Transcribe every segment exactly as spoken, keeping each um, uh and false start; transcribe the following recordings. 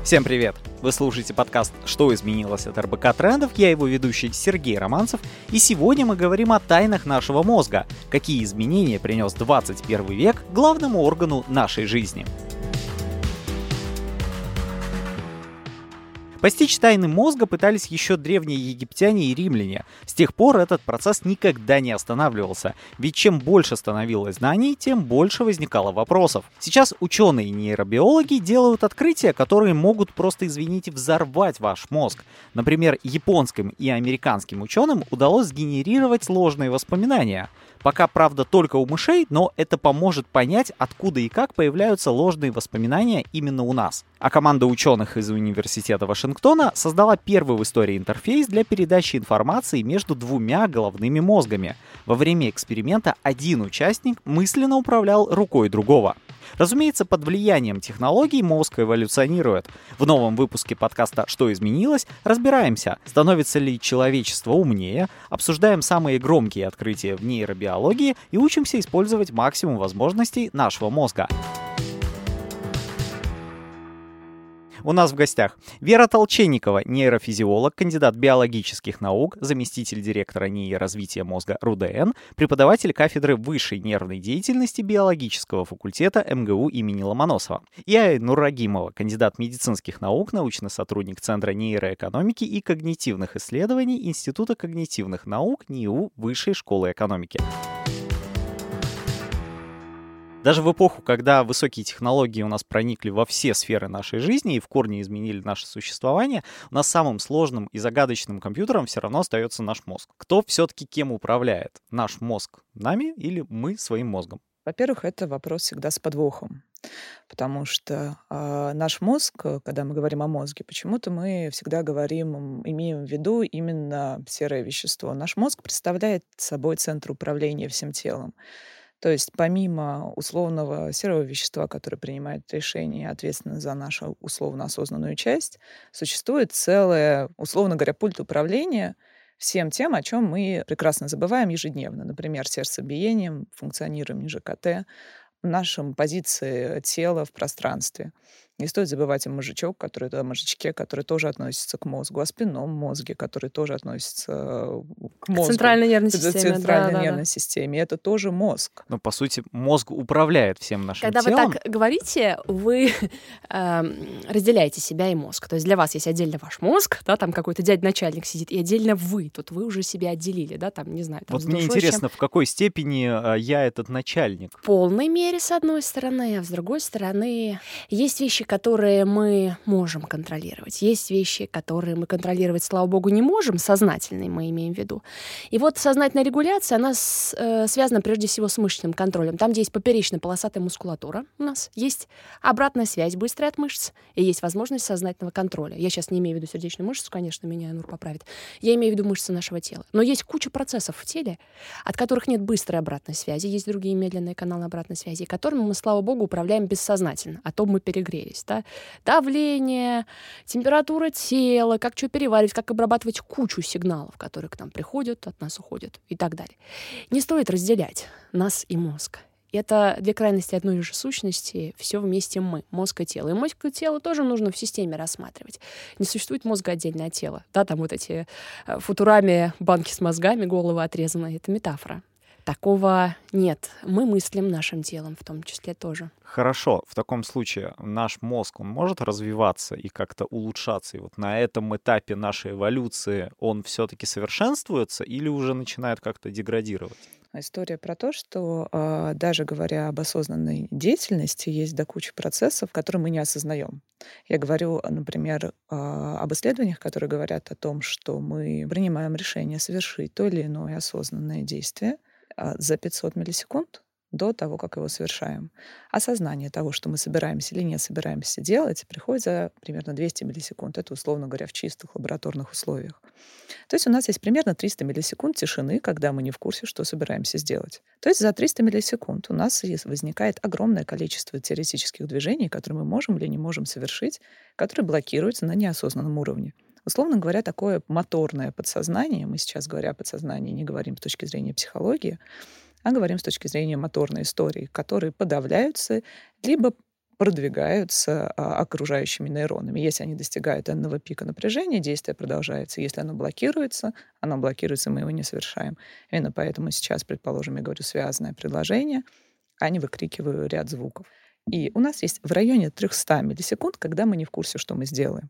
Всем привет! Вы слушаете подкаст «Что изменилось» от эр бэ ка Трендов, я его ведущий Сергей Романцев, и сегодня мы говорим о тайнах нашего мозга, какие изменения принес двадцать первый век главному органу нашей жизни. Постичь тайны мозга пытались еще древние египтяне и римляне. С тех пор этот процесс никогда не останавливался, ведь чем больше становилось знаний, тем больше возникало вопросов. Сейчас ученые и нейробиологи делают открытия, которые могут просто, извините, взорвать ваш мозг. Например, японским и американским ученым удалось сгенерировать ложные воспоминания. Пока, правда, только у мышей, но это поможет понять, откуда и как появляются ложные воспоминания именно у нас. А команда ученых из Университета Вашингтона создала первый в истории интерфейс для передачи информации между двумя головными мозгами. Во время эксперимента один участник мысленно управлял рукой другого. Разумеется, под влиянием технологий мозг эволюционирует. В новом выпуске подкаста «Что изменилось?» разбираемся, становится ли человечество умнее, обсуждаем самые громкие открытия в нейробиологии и учимся использовать максимум возможностей нашего мозга. У нас в гостях Вера Толченникова, нейрофизиолог, кандидат биологических наук, заместитель директора НИИ развития мозга эр у дэ эн, преподаватель кафедры высшей нервной деятельности биологического факультета эм гэ у имени Ломоносова. И Айнур Рагимова, кандидат медицинских наук, научный сотрудник Центра нейроэкономики и когнитивных исследований Института когнитивных наук НИУ Высшей школы экономики. Даже в эпоху, когда высокие технологии у нас проникли во все сферы нашей жизни и в корне изменили наше существование, у нас самым сложным и загадочным компьютером все равно остается наш мозг. Кто все-таки кем управляет? Наш мозг нами или мы своим мозгом? Во-первых, это вопрос всегда с подвохом, потому что э, наш мозг, когда мы говорим о мозге, почему-то мы всегда говорим, имеем в виду именно серое вещество. Наш мозг представляет собой центр управления всем телом. То есть помимо условного серого вещества, которое принимает решения, ответственно за нашу условно осознанную часть, существует целое, условно говоря, пульт управления всем тем, о чем мы прекрасно забываем ежедневно. Например, сердцебиением, функционированием жэ ка тэ, нашей позиции тела в пространстве. Не стоит забывать о мозжечок, который, о мозжечке, который тоже относится к мозгу, о спинном мозге, который тоже относится к мозгу. К центральной нервной системе. К центральной да, нервной да, да. системе. Это тоже мозг. Но, по сути, мозг управляет всем нашим Когда телом. вы так говорите, вы э, разделяете себя и мозг. То есть для вас есть отдельно ваш мозг, да, там какой-то дядя-начальник сидит, и отдельно вы. Тут вы уже себя отделили, да, там, не знаю. Там, вот мне интересно, в какой степени э, я этот начальник? В полной мере, с одной стороны, а с другой стороны, есть вещи, которые мы мы можем контролировать. Есть вещи, которые мы контролировать, слава богу, не можем, сознательные мы имеем в виду. И вот сознательная регуляция, она с, э, связана прежде всего с мышечным контролем. Там, где есть поперечно-полосатая мускулатура у нас, есть обратная связь быстрая от мышц, и есть возможность сознательного контроля. Я сейчас не имею в виду сердечную мышцу, конечно, меня Айнур поправит. Я имею в виду мышцы нашего тела. Но есть куча процессов в теле, от которых нет быстрой обратной связи, есть другие медленные каналы обратной связи, которыми мы, слава богу, управляем бессознательно, а то мы перегрелись, да? Давление, температура тела, как что переваривать, как обрабатывать кучу сигналов, которые к нам приходят, от нас уходят и так далее. Не стоит разделять нас и мозг. Это две крайности одной же сущности, все вместе мы, мозг и тело. И мозг и тело тоже нужно в системе рассматривать. Не существует мозга отдельно от тела. Да, там вот эти футурами банки с мозгами, головы отрезаны, это метафора. Такого нет. Мы мыслим нашим телом в том числе тоже. Хорошо, в таком случае наш мозг, он может развиваться и как-то улучшаться? И вот на этом этапе нашей эволюции он все-таки совершенствуется или уже начинает как-то деградировать? История про то, что э, даже говоря об осознанной деятельности, есть до кучи процессов, которые мы не осознаем. Я говорю, например, э, об исследованиях, которые говорят о том, что мы принимаем решение совершить то или иное осознанное действие э, за пятьсот миллисекунд до того, как его совершаем. Осознание того, что мы собираемся или не собираемся делать, приходит за примерно двести миллисекунд. Это, условно говоря, в чистых лабораторных условиях. То есть у нас есть примерно триста миллисекунд тишины, когда мы не в курсе, что собираемся сделать. То есть за триста миллисекунд у нас возникает огромное количество теоретических движений, которые мы можем или не можем совершить, которые блокируются на неосознанном уровне. Условно говоря, такое моторное подсознание, мы сейчас, говоря о подсознании, не говорим с точки зрения психологии, а говорим с точки зрения моторной истории, которые подавляются либо продвигаются а, окружающими нейронами. Если они достигают n-ного пика напряжения, действие продолжается. Если оно блокируется, оно блокируется, мы его не совершаем. Именно поэтому сейчас, предположим, я говорю связанное предложение, а не выкрикиваю ряд звуков. И у нас есть в районе триста миллисекунд, когда мы не в курсе, что мы сделаем.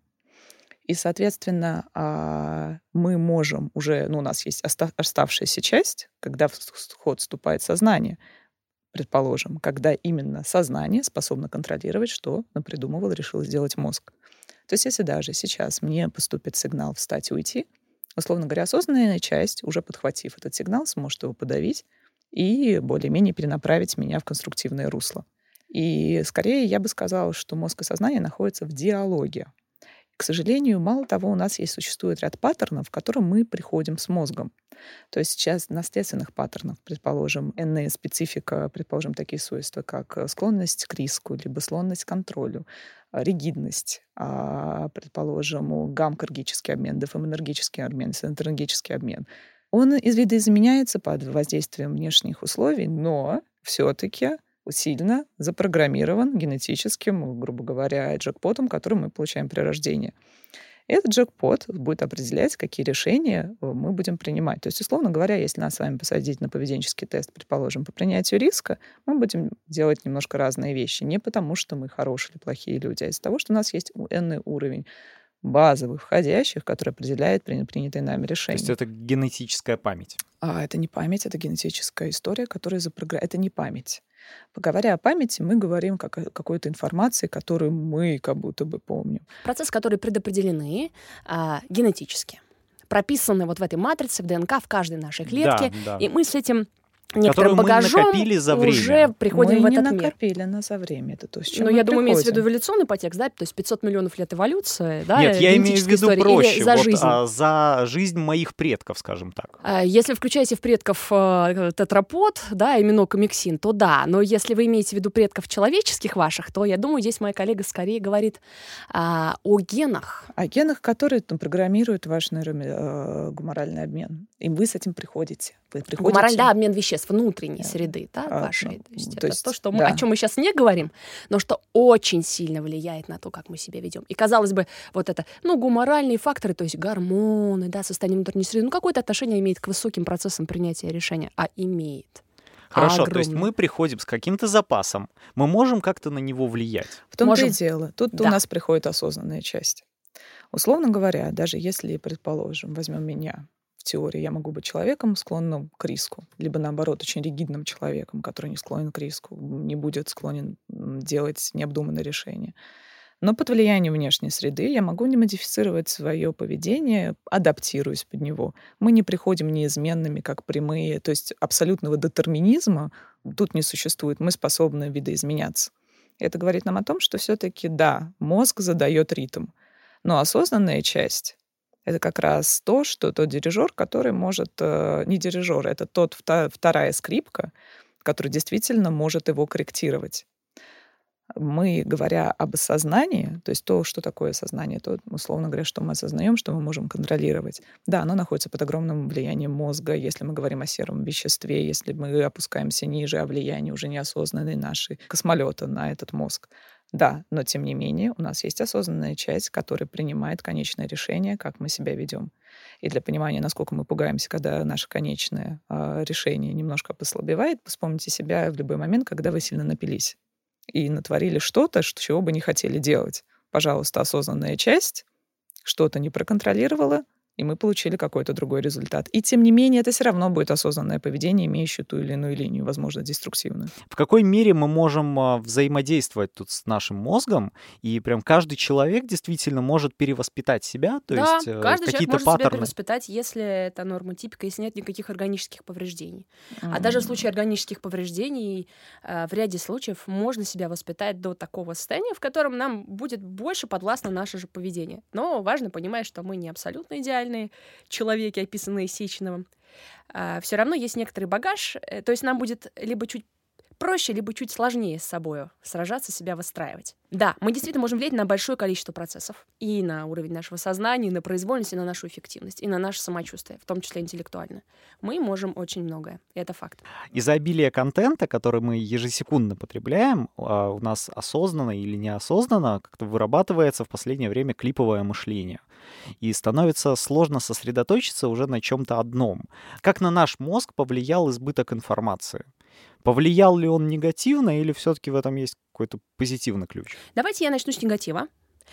И, соответственно, а, мы можем уже, ну, у нас есть оста- оставшаяся часть, когда в ход вступает сознание, предположим, когда именно сознание способно контролировать, что напридумывал, решил сделать мозг. То есть если даже сейчас мне поступит сигнал «встать и уйти», условно говоря, осознанная часть, уже подхватив этот сигнал, сможет его подавить и более-менее перенаправить меня в конструктивное русло. И скорее я бы сказала, что мозг и сознание находятся в диалоге. К сожалению, мало того, у нас есть, существует ряд паттернов, к которым мы приходим с мозгом. То есть сейчас наследственных паттернов, предположим, энная специфика, предположим, такие свойства, как склонность к риску, либо склонность к контролю, ригидность, а, предположим, гамма-энергический обмен, дофаминергический обмен, синтенергический обмен. Он видоизменяется под воздействием внешних условий, но все-таки сильно запрограммирован генетическим, грубо говоря, джекпотом, который мы получаем при рождении. Этот джекпот будет определять, какие решения мы будем принимать. То есть, условно говоря, если нас с вами посадить на поведенческий тест, предположим, по принятию риска, мы будем делать немножко разные вещи. Не потому, что мы хорошие или плохие люди, а из-за того, что у нас есть энный уровень базовых входящих, который определяет принятые нами решения. То есть это генетическая память? А это не память, это генетическая история, которая запрограммирована. Это не память. Говоря о памяти, мы говорим как о какой-то информации, которую мы как будто бы помним. Процессы, которые предопределены а, генетически, прописаны вот в этой матрице, в ДНК, в каждой нашей клетке, да, да. И мы с этим некоторым багажом накопили за время. уже приходим мы в этот не мир. накопили на за время. Это то, с чем Но мы я думаю, имеется в приходим. виду эволюционный подтекст, да, то есть пятьсот миллионов лет эволюции, да, Нет, я имею в виду история, проще, или за вот, жизнь. а, за жизнь моих предков, скажем так. Если включаете в предков э, тетрапод, да, иминокомиксин, то да, но если вы имеете в виду предков человеческих ваших, то, я думаю, здесь моя коллега скорее говорит а, о генах. О генах, которые там, программируют ваш нейрогуморальный обмен. И вы с этим приходите. Вы приходите... Гумораль, да, обмен веществ внутренней среды, да, А, вашей. ну, То есть то это есть, то, что мы, да. о чем мы сейчас не говорим, но что очень сильно влияет на то, как мы себя ведем. И казалось бы, вот это, ну, гуморальные факторы, то есть гормоны, да, состояние внутренней среды, ну, какое-то отношение имеет к высоким процессам принятия решения, а имеет. Хорошо, Огромное. то есть мы приходим с каким-то запасом, мы можем как-то на него влиять. В том-то Можем. и дело. Тут Да. у нас приходит осознанная часть. Условно говоря, даже если, предположим, возьмем меня, в теории я могу быть человеком, склонным к риску, либо, наоборот, очень ригидным человеком, который не склонен к риску, не будет склонен м, делать необдуманные решения. Но под влиянием внешней среды я могу не модифицировать свое поведение, адаптируясь под него. Мы не приходим неизменными, как прямые, то есть абсолютного детерминизма тут не существует. Мы способны видоизменяться. И это говорит нам о том, что все-таки, да, мозг задает ритм, но осознанная часть — это как раз то, что тот дирижер, который может... э, Не дирижер, это тот вта- вторая скрипка, которая действительно может его корректировать. Мы, говоря об осознании, то есть то, что такое сознание, то, условно говоря, что мы осознаем, что мы можем контролировать. Да, оно находится под огромным влиянием мозга, если мы говорим о сером веществе, если мы опускаемся ниже, о влиянии уже неосознанной нашей космолета на этот мозг. Да, но тем не менее у нас есть осознанная часть, которая принимает конечное решение, как мы себя ведем. И для понимания, насколько мы пугаемся, когда наше конечное э, решение немножко послабевает, вспомните себя в любой момент, когда вы сильно напились и натворили что-то, что- чего бы не хотели делать. Пожалуйста, осознанная часть что-то не проконтролировала, и мы получили какой-то другой результат. И тем не менее, это все равно будет осознанное поведение, имеющее ту или иную линию, возможно, деструктивную. В какой мере мы можем а, взаимодействовать тут с нашим мозгом, и прям каждый человек действительно может перевоспитать себя, то да, есть э, каждый человек какие-то может себя паттерны. перевоспитать, если это нормотипика, если нет никаких органических повреждений. А даже в случае органических повреждений э, в ряде случаев можно себя воспитать до такого состояния, в котором нам будет больше подвластно наше же поведение. Но важно понимать, что мы не абсолютно идеальные человеки, описанные Сеченовым. Все равно есть некоторый багаж, э, то есть нам будет либо чуть проще, либо чуть сложнее с собой сражаться, себя выстраивать. Да, мы действительно можем влиять на большое количество процессов. И на уровень нашего сознания, и на произвольность, и на нашу эффективность, и на наше самочувствие, в том числе интеллектуально. Мы можем очень многое. И это факт. Из-за обилия контента, который мы ежесекундно потребляем, а, у нас осознанно или неосознанно как-то вырабатывается в последнее время клиповое мышление. И становится сложно сосредоточиться уже на чем-то одном. Как на наш мозг повлиял избыток информации? Повлиял ли он негативно, или все-таки в этом есть какой-то позитивный ключ? Давайте я начну с негатива.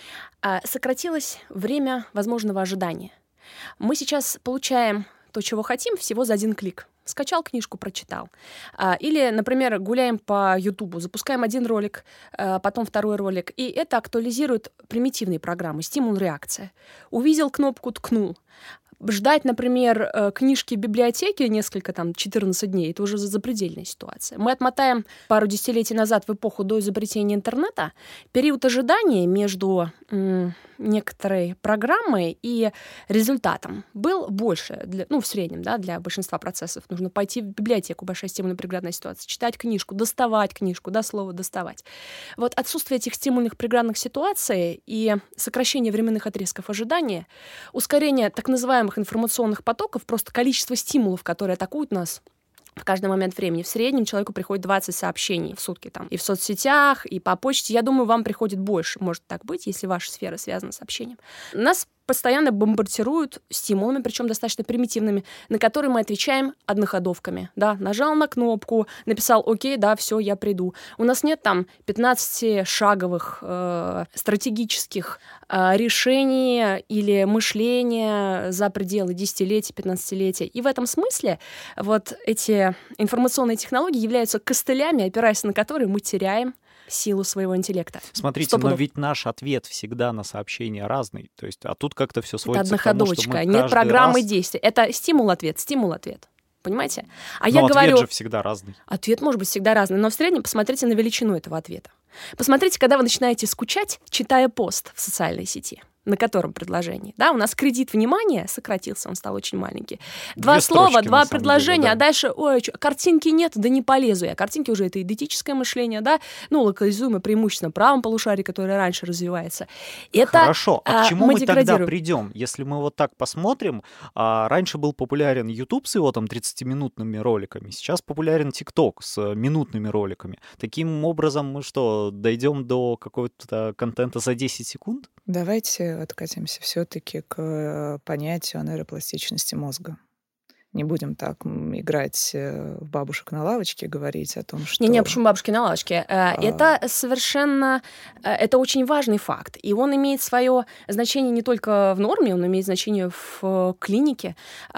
А, Сократилось время возможного ожидания. Мы сейчас получаем то, чего хотим, всего за один клик. Скачал книжку, прочитал. А, Или, например, гуляем по Ютубу, запускаем один ролик, а, потом второй ролик, и это актуализирует примитивные программы, стимул-реакция. Увидел кнопку, ткнул. Ждать, например, э, книжки в библиотеке несколько, там, четырнадцать дней, это уже запредельная ситуация. Мы отмотаем пару десятилетий назад в эпоху до изобретения интернета. Период ожидания между м, некоторой программой и результатом был больше, для, ну, в среднем, да, для большинства процессов. Нужно пойти в библиотеку, большая стимульно-преградная ситуация, читать книжку, доставать книжку, да, слово «доставать». Вот отсутствие этих стимульных преградных ситуаций и сокращение временных отрезков ожидания, ускорение так называемых информационных потоков, просто количество стимулов, которые атакуют нас в каждый момент времени. В среднем человеку приходит двадцать сообщений в сутки. Там, и в соцсетях, и по почте. Я думаю, вам приходит больше. Может так быть, если ваша сфера связана с общением. Нас постоянно бомбардируют стимулами, причем достаточно примитивными, на которые мы отвечаем одноходовками. Да, нажал на кнопку, написал «Окей, да, все, я приду». У нас нет там пятнадцатишаговых э, стратегических э, решений или мышления за пределы десятилетий, пятнадцатилетия. И в этом смысле вот эти информационные технологии являются костылями, опираясь на которые мы теряем силу своего интеллекта. Смотрите, но ведь наш ответ всегда на сообщение разный. То есть, а тут как-то все сводится это к тому, что мы нет программы раз... действий. Это стимул-ответ, стимул-ответ. Понимаете? А но я ответ говорю, же всегда разный. Ответ может быть всегда разный, но в среднем посмотрите на величину этого ответа. Посмотрите, когда вы начинаете скучать, читая пост в социальной сети, на котором предложении. Да, у нас кредит внимания сократился, он стал очень маленький. Два Две слова, строчки, два на самом предложения, деле, да. а дальше, ой, чё, картинки нет, да не полезу я. Картинки уже это идентическое мышление, да, ну, локализуемое преимущественно правом полушарии, которое раньше развивается. Это, Хорошо, а, а, к чему мы мы тогда деградируем. придем, если мы вот так посмотрим? А, раньше был популярен YouTube с его там тридцатиминутными роликами, сейчас популярен TikTok с минутными роликами. Таким образом мы что, дойдем до какого-то контента за десять секунд? Давайте откатимся все-таки к понятию о нейропластичности мозга. Не будем так м, играть э, в бабушек на лавочке, говорить о том, что... Не-не, почему бабушки на лавочке? Э, А. Это совершенно... э, Это очень важный факт. И он имеет свое значение не только в норме, он имеет значение в э, клинике.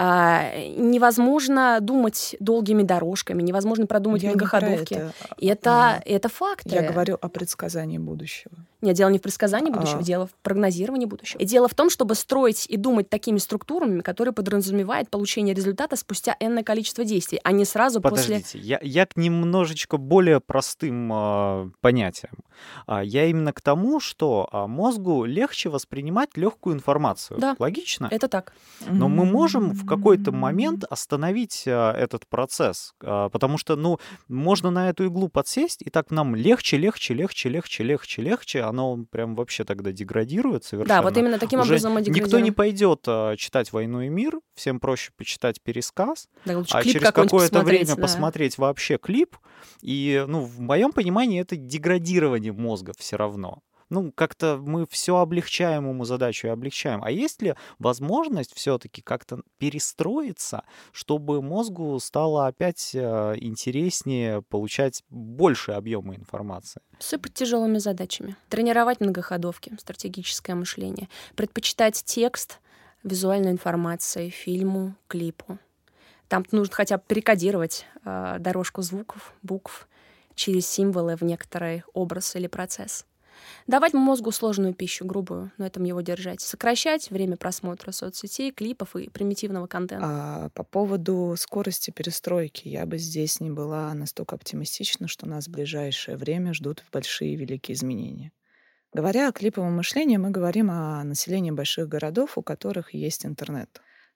Э, Невозможно думать долгими дорожками, невозможно продумать Я не про многоходовки. это. Это, А, это факты. Я говорю о предсказании будущего. Нет, дело не в предсказании будущего, А. дело в прогнозировании будущего. И дело в том, чтобы строить и думать такими структурами, которые подразумевают получение результата спустя энное количество действий, а не сразу после... Подождите, я, я к немножечко более простым э, понятиям. А, я именно к тому, что а, мозгу легче воспринимать легкую информацию. Да. Логично? Это так. Но мы можем в какой-то момент остановить а, этот процесс, а, потому что, ну, можно на эту иглу подсесть, и так нам легче, легче, легче, легче, легче, легче, оно прям вообще тогда деградирует совершенно. Да, вот именно таким Уже образом мы никто деградируем. не пойдет а, читать «Войну и мир», всем проще почитать пересказ, Да, лучше а клип через какой-нибудь какое-то посмотреть, время да. посмотреть вообще клип. И, ну, в моем понимании, это деградирование мозга все равно. Ну, как-то мы все облегчаем ему задачу и облегчаем. А есть ли возможность все-таки как-то перестроиться, чтобы мозгу стало опять э, интереснее получать больше объема информации? Сыпать тяжелыми задачами. Тренировать многоходовки, стратегическое мышление. Предпочитать текст визуальной информации, фильму, клипу. Там нужно хотя бы перекодировать э, дорожку звуков, букв через символы в некоторый образ или процесс. Давать мозгу сложную пищу, грубую, на этом его держать. Сокращать время просмотра соцсетей, клипов и примитивного контента. А по поводу скорости перестройки я бы здесь не была настолько оптимистична, что нас в ближайшее время ждут большие великие изменения. Говоря о клиповом мышлении, мы говорим о населении больших городов, у которых есть интернет.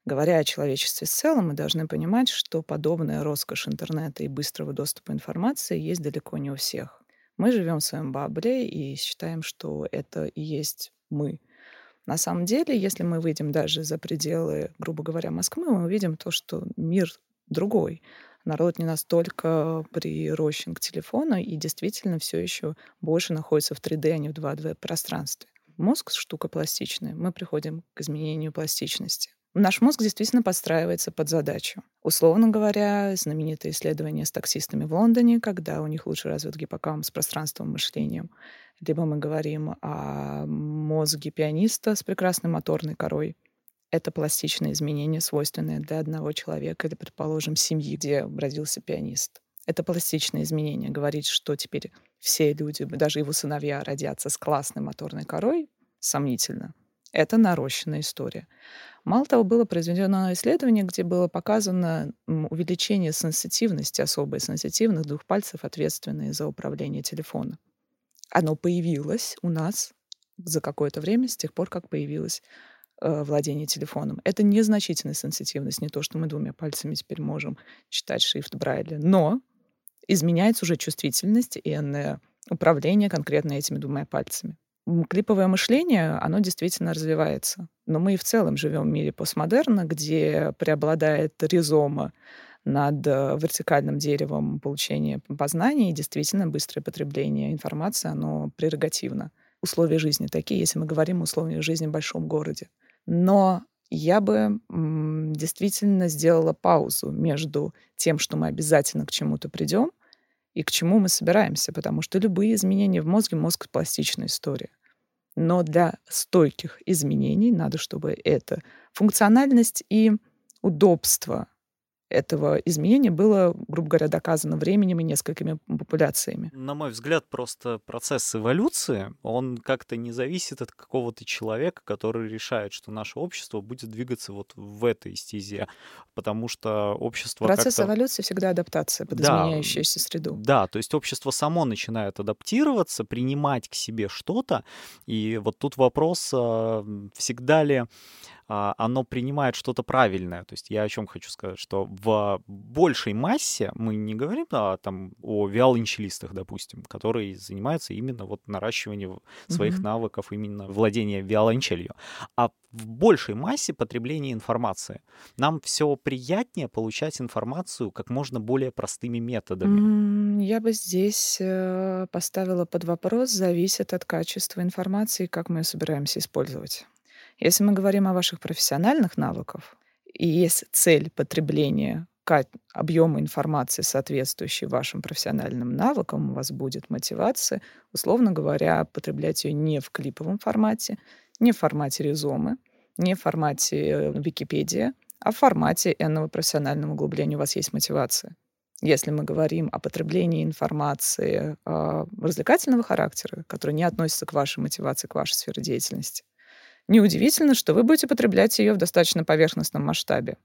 Говоря о человечестве в целом, мы должны понимать, что подобная роскошь интернета и быстрого доступа информации есть далеко не у всех. Мы живем в своем бабле и считаем, что это и есть мы. На самом деле, если мы выйдем даже за пределы, грубо говоря, Москвы, мы увидим то, что мир другой. Народ не настолько прирощен к телефону и действительно все еще больше находится в три дэ, а не в два дэ пространстве. Мозг — штука пластичная. Мы приходим к изменению пластичности. Наш мозг действительно подстраивается под задачу. Условно говоря, знаменитые исследования с таксистами в Лондоне, когда у них лучше развит гиппокамп с пространством мышлением. Либо мы говорим о мозге пианиста с прекрасной моторной корой. Это пластичные изменения, свойственные для одного человека или, предположим, семьи, где родился пианист. Это пластичные изменения. Говорить, что теперь все люди, даже его сыновья, родятся с классной моторной корой, сомнительно. Это нарощенная история. Мало того, было произведено исследование, где было показано увеличение сенситивности, особой сенситивных двух пальцев, ответственные за управление телефоном. Оно появилось у нас за какое-то время, с тех пор, как появилось э, владение телефоном. Это незначительная сенситивность, не то, что мы двумя пальцами теперь можем читать шрифт Брайля, но изменяется уже чувствительность и э, управление конкретно этими двумя пальцами. Клиповое мышление, оно действительно развивается. Но мы и в целом живем в мире постмодерна, где преобладает ризома над вертикальным деревом получения познаний, и действительно быстрое потребление информации, оно прерогативно. Условия жизни такие, если мы говорим о условиях жизни в большом городе. Но я бы м, действительно сделала паузу между тем, что мы обязательно к чему-то придем, и к чему мы собираемся, потому что любые изменения в мозге, мозг — пластичная история. Но для стойких изменений надо, чтобы эта функциональность и удобство этого изменения было, грубо говоря, доказано временем и несколькими популяциями. На мой взгляд, просто процесс эволюции, он как-то не зависит от какого-то человека, который решает, что наше общество будет двигаться вот в этой стезе, потому что общество Процесс как-то... эволюции всегда адаптация под Да, изменяющуюся среду. да, то есть общество само начинает адаптироваться, принимать к себе что-то, и вот тут вопрос, а, всегда ли а, оно принимает что-то правильное. То есть я о чем хочу сказать, что в большей массе мы не говорим а, там, о виолончелистах, допустим, которые занимаются именно вот наращиванием своих Мгм. навыков, именно владения виолончелью, а в большей массе потребления информации. Нам все приятнее получать информацию как можно более простыми методами. М, Я бы здесь э, поставила под вопрос, зависит от качества информации, как мы ее собираемся использовать. Если мы говорим о ваших профессиональных навыках, и есть цель потребления ка- объема информации, соответствующей вашим профессиональным навыкам, у вас будет мотивация, условно говоря, потреблять ее не в клиповом формате, не в формате резомы, не в формате э, Википедия, а в формате энного профессионального углубления у вас есть мотивация. Если мы говорим о потреблении информации а, развлекательного характера, которая не относится к вашей мотивации, к вашей сфере деятельности, неудивительно, что вы будете потреблять ее в достаточно поверхностном масштабе.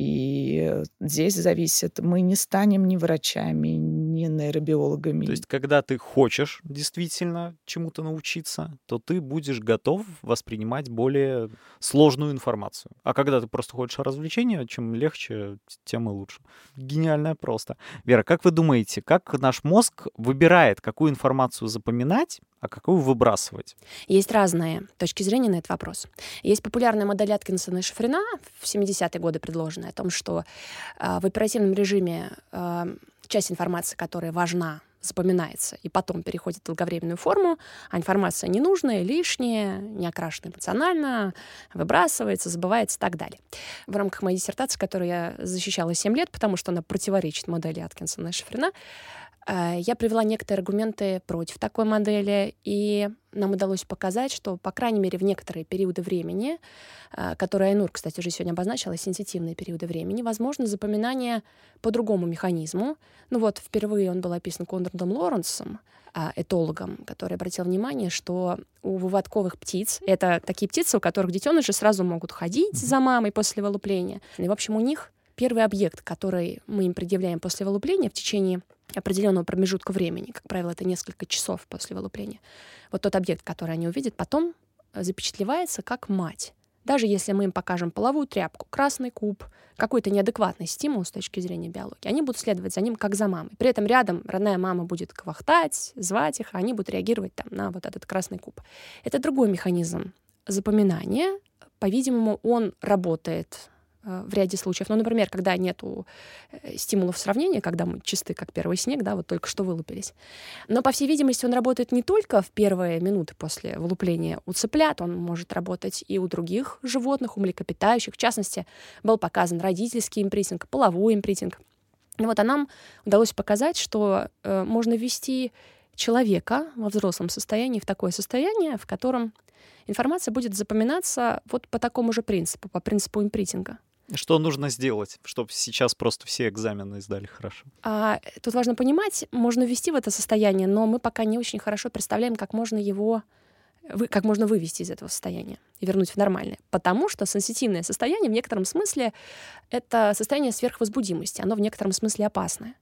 И здесь зависит, мы не станем ни врачами, ни То нейробиологами. есть, когда ты хочешь действительно чему-то научиться, то ты будешь готов воспринимать более сложную информацию. А когда ты просто хочешь развлечения, чем легче, тем и лучше. Гениально просто. Вера, как вы думаете, как наш мозг выбирает, какую информацию запоминать, а какую выбрасывать? Есть разные точки зрения на этот вопрос. Есть популярная модель Аткинсона и Шафрина, в семидесятые годы предложенная, о том, что э, в оперативном режиме э, часть информации, которая важна, запоминается и потом переходит в долговременную форму, а информация ненужная, лишняя, не окрашена эмоционально, выбрасывается, забывается и так далее. В рамках моей диссертации, которую я защищала семь лет, потому что она противоречит модели Аткинсона и Шафрина, я привела некоторые аргументы против такой модели, и нам удалось показать, что, по крайней мере, в некоторые периоды времени, которые Айнур, кстати, уже сегодня обозначила, сенситивные периоды времени, возможно запоминание по другому механизму. Ну вот, впервые он был описан Конрадом Лоренсом, этологом, который обратил внимание, что у выводковых птиц, это такие птицы, у которых детеныши сразу могут ходить за мамой после вылупления, и, в общем, у них первый объект, который мы им предъявляем после вылупления в течение определенного промежутка времени, как правило, это несколько часов после вылупления, вот тот объект, который они увидят, потом запечатлевается как мать. Даже если мы им покажем половую тряпку, красный куб, какой-то неадекватный стимул с точки зрения биологии, они будут следовать за ним как за мамой. При этом рядом родная мама будет квахтать, звать их, а они будут реагировать там, на вот этот красный куб. Это другой механизм запоминания. По-видимому, он работает в ряде случаев. Ну, например, когда нету стимулов сравнения, когда мы чисты, как первый снег, да, вот только что вылупились. Но, по всей видимости, он работает не только в первые минуты после вылупления у цыплят, он может работать и у других животных, у млекопитающих. В частности, был показан родительский импринтинг, половой импринтинг. И вот а нам удалось показать, что э, можно ввести человека во взрослом состоянии в такое состояние, в котором информация будет запоминаться вот по такому же принципу, по принципу импринтинга. Что нужно сделать, чтобы сейчас просто все экзамены сдали хорошо? А, тут важно понимать, можно ввести в это состояние, но мы пока не очень хорошо представляем, как можно его, как можно вывести из этого состояния и вернуть в нормальное. Потому что сенситивное состояние в некотором смысле — это состояние сверхвозбудимости, оно в некотором смысле опасное.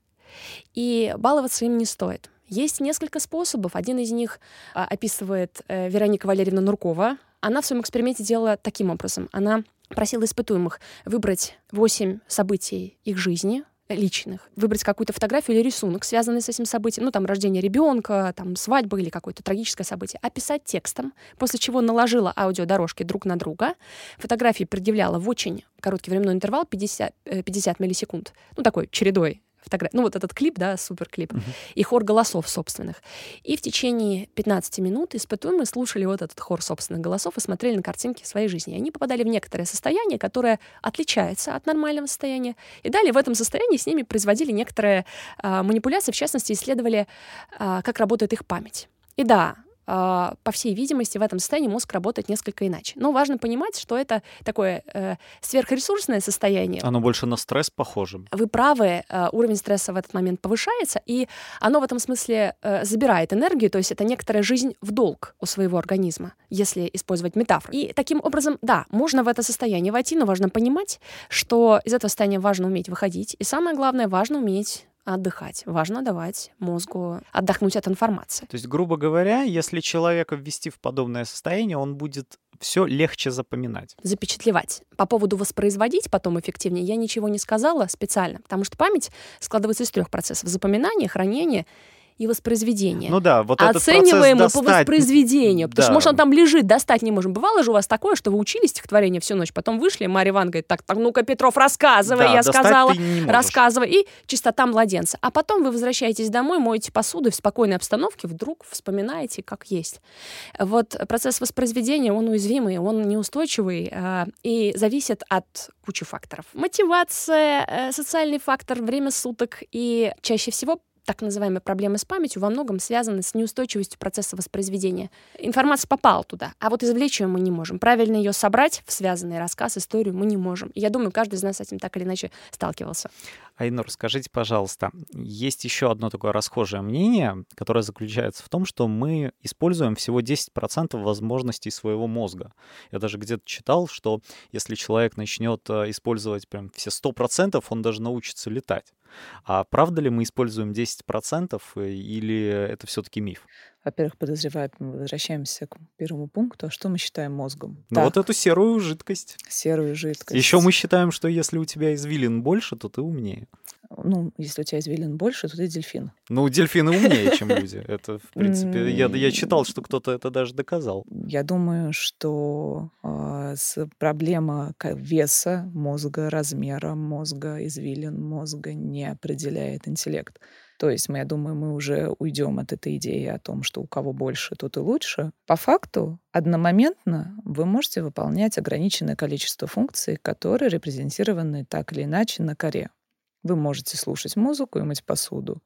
И баловаться им не стоит. Есть несколько способов. Один из них а, описывает э, Вероника Валерьевна Нуркова. Она в своем эксперименте делала таким образом. Она просила испытуемых выбрать восемь событий их жизни, личных, выбрать какую-то фотографию или рисунок, связанный с этим событием, ну, там, рождение ребенка, там, свадьба или какое-то трагическое событие, описать текстом, после чего наложила аудиодорожки друг на друга, фотографии предъявляла в очень короткий временной интервал, пятьдесят, пятьдесят миллисекунд, ну, такой чередой фотографий, ну, вот этот клип, да, суперклип, uh-huh. и хор голосов собственных. И в течение пятнадцати минут испытуемые слушали вот этот хор собственных голосов и смотрели на картинки своей жизни. И они попадали в некоторое состояние, которое отличается от нормального состояния. И далее в этом состоянии с ними производили некоторые а, манипуляции, в частности, исследовали, а, как работает их память. И да, по всей видимости, в этом состоянии мозг работает несколько иначе. Но важно понимать, что это такое э, сверхресурсное состояние. Оно больше на стресс похоже. Вы правы, э, уровень стресса в этот момент повышается, и оно в этом смысле э, забирает энергию, то есть это некоторая жизнь в долг у своего организма, если использовать метафору. И таким образом, да, можно в это состояние войти, но важно понимать, что из этого состояния важно уметь выходить, и самое главное, важно уметь отдыхать. Важно давать мозгу отдохнуть от информации. То есть, грубо говоря, если человека ввести в подобное состояние, он будет все легче запоминать. Запечатлевать. По поводу воспроизводить потом эффективнее я ничего не сказала специально, потому что память складывается из трех процессов: запоминания, хранения и воспроизведение. Ну да, вот этот оцениваем процесс его достать... по воспроизведению. Потому да. что, может, он там лежит, достать не можем. Бывало же у вас такое, что вы учили стихотворение всю ночь, потом вышли, и Марья Ивановна говорит: так, так, ну-ка, Петров, рассказывай, да, я сказала, рассказывай. И чистота младенца. А потом вы возвращаетесь домой, моете посуду, и в спокойной обстановке вдруг вспоминаете, как есть. Вот процесс воспроизведения, он уязвимый, он неустойчивый э, и зависит от кучи факторов. Мотивация, э, социальный фактор, время суток, и чаще всего так называемые проблемы с памятью во многом связаны с неустойчивостью процесса воспроизведения. Информация попала туда, а вот извлечь ее мы не можем. Правильно ее собрать в связанный рассказ, историю мы не можем. И я думаю, каждый из нас с этим так или иначе сталкивался. Айнур, скажите, пожалуйста, есть еще одно такое расхожее мнение, которое заключается в том, что мы используем всего десять процентов возможностей своего мозга. Я даже где-то читал, что если человек начнет использовать прям все сто процентов, он даже научится летать. А правда ли мы используем десять процентов или это все-таки миф? Во-первых, подозреваю, мы возвращаемся к первому пункту. А что мы считаем мозгом? Ну вот эту серую жидкость. Серую жидкость. Еще мы считаем, что если у тебя извилин больше, то ты умнее. Ну, если у тебя извилин больше, то ты дельфин. Ну, дельфины умнее, чем люди. Это, в принципе, я, я читал, что кто-то это даже доказал. Я думаю, что э, с проблема веса мозга, размера мозга, извилин мозга не определяет интеллект. То есть, мы, я думаю, мы уже уйдем от этой идеи о том, что у кого больше, тот и лучше. По факту, одномоментно вы можете выполнять ограниченное количество функций, которые репрезентированы так или иначе на коре. Вы можете слушать музыку и мыть посуду,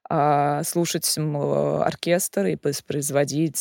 а слушать оркестр и воспроизводить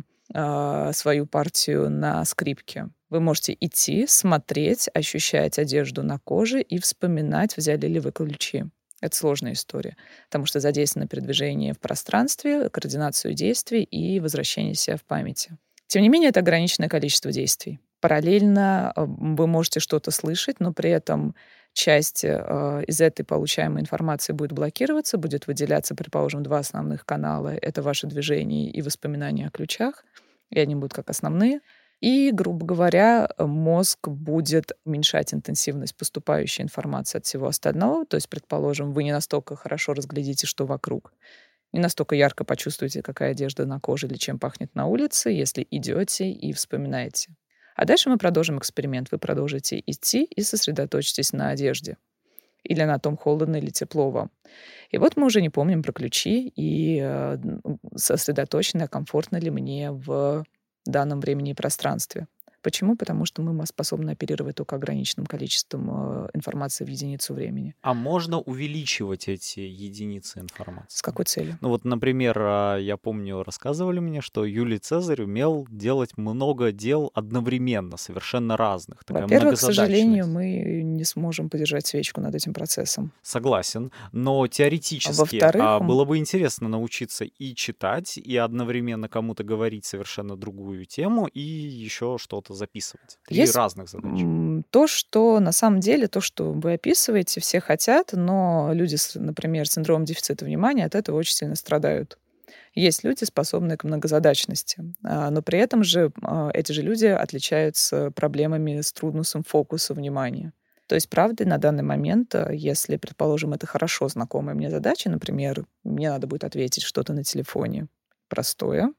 свою партию на скрипке. Вы можете идти, смотреть, ощущать одежду на коже и вспоминать, взяли ли вы ключи. Это сложная история, потому что задействовано передвижение в пространстве, координацию действий и возвращение себя в памяти. Тем не менее, это ограниченное количество действий. Параллельно вы можете что-то слышать, но при этом часть э, из этой получаемой информации будет блокироваться, будет выделяться, предположим, два основных канала. Это ваши движения и воспоминания о ключах, и они будут как основные. И, грубо говоря, мозг будет уменьшать интенсивность поступающей информации от всего остального. То есть, предположим, вы не настолько хорошо разглядите, что вокруг, не настолько ярко почувствуете, какая одежда на коже или чем пахнет на улице, если идете и вспоминаете. А дальше мы продолжим эксперимент. Вы продолжите идти и сосредоточитесь на одежде или на том, холодно или тепло вам. И вот мы уже не помним про ключи и э, сосредоточены, а комфортно ли мне в данном времени и пространстве. Почему? Потому что мы способны оперировать только ограниченным количеством э, информации в единицу времени. А можно увеличивать эти единицы С информации? какой целью? Ну вот, например, а, я помню, рассказывали мне, что Юлий Цезарь умел делать много дел одновременно, совершенно разных. Такая Во-первых, к сожалению, многозадачность. мы не сможем подержать свечку над этим процессом. Согласен, но А теоретически во-вторых, а, м, было бы интересно научиться и читать, и одновременно кому-то говорить совершенно другую тему, и еще что-то записывать. Три есть разных задачи. м, то, что на самом деле, то, что вы описываете, все хотят, но люди, с, например, с синдромом дефицита внимания от этого очень сильно страдают. Есть люди, способные к многозадачности, а, но при этом же а, эти же люди отличаются проблемами с трудностью фокуса внимания. То есть, правда, на данный момент, а, если, предположим, это хорошо знакомая мне задача, например, мне надо будет ответить что-то на телефоне простое,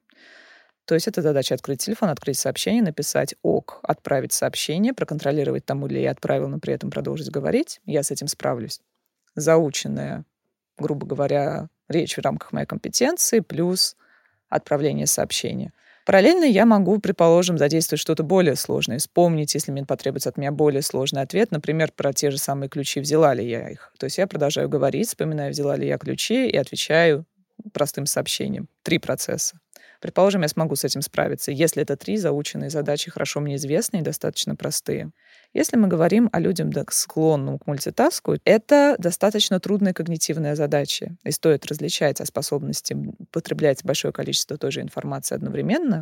то есть это задача открыть телефон, открыть сообщение, написать ок, отправить сообщение, проконтролировать, тому ли я отправил, но при этом продолжить говорить. Я с этим справлюсь. Заученная, грубо говоря, речь в рамках моей компетенции плюс отправление сообщения. Параллельно я могу, предположим, задействовать что-то более сложное, вспомнить, если мне потребуется от меня более сложный ответ, например, про те же самые ключи, взяла ли я их. То есть я продолжаю говорить, вспоминаю, взяла ли я ключи, и отвечаю простым сообщением. Три процесса. Предположим, я смогу с этим справиться, если это три заученные задачи, хорошо мне известные и достаточно простые. Если мы говорим о людях, да, склонным к мультитаску, это достаточно трудная когнитивная задача. И стоит различать о способности потреблять большое количество той же информации одновременно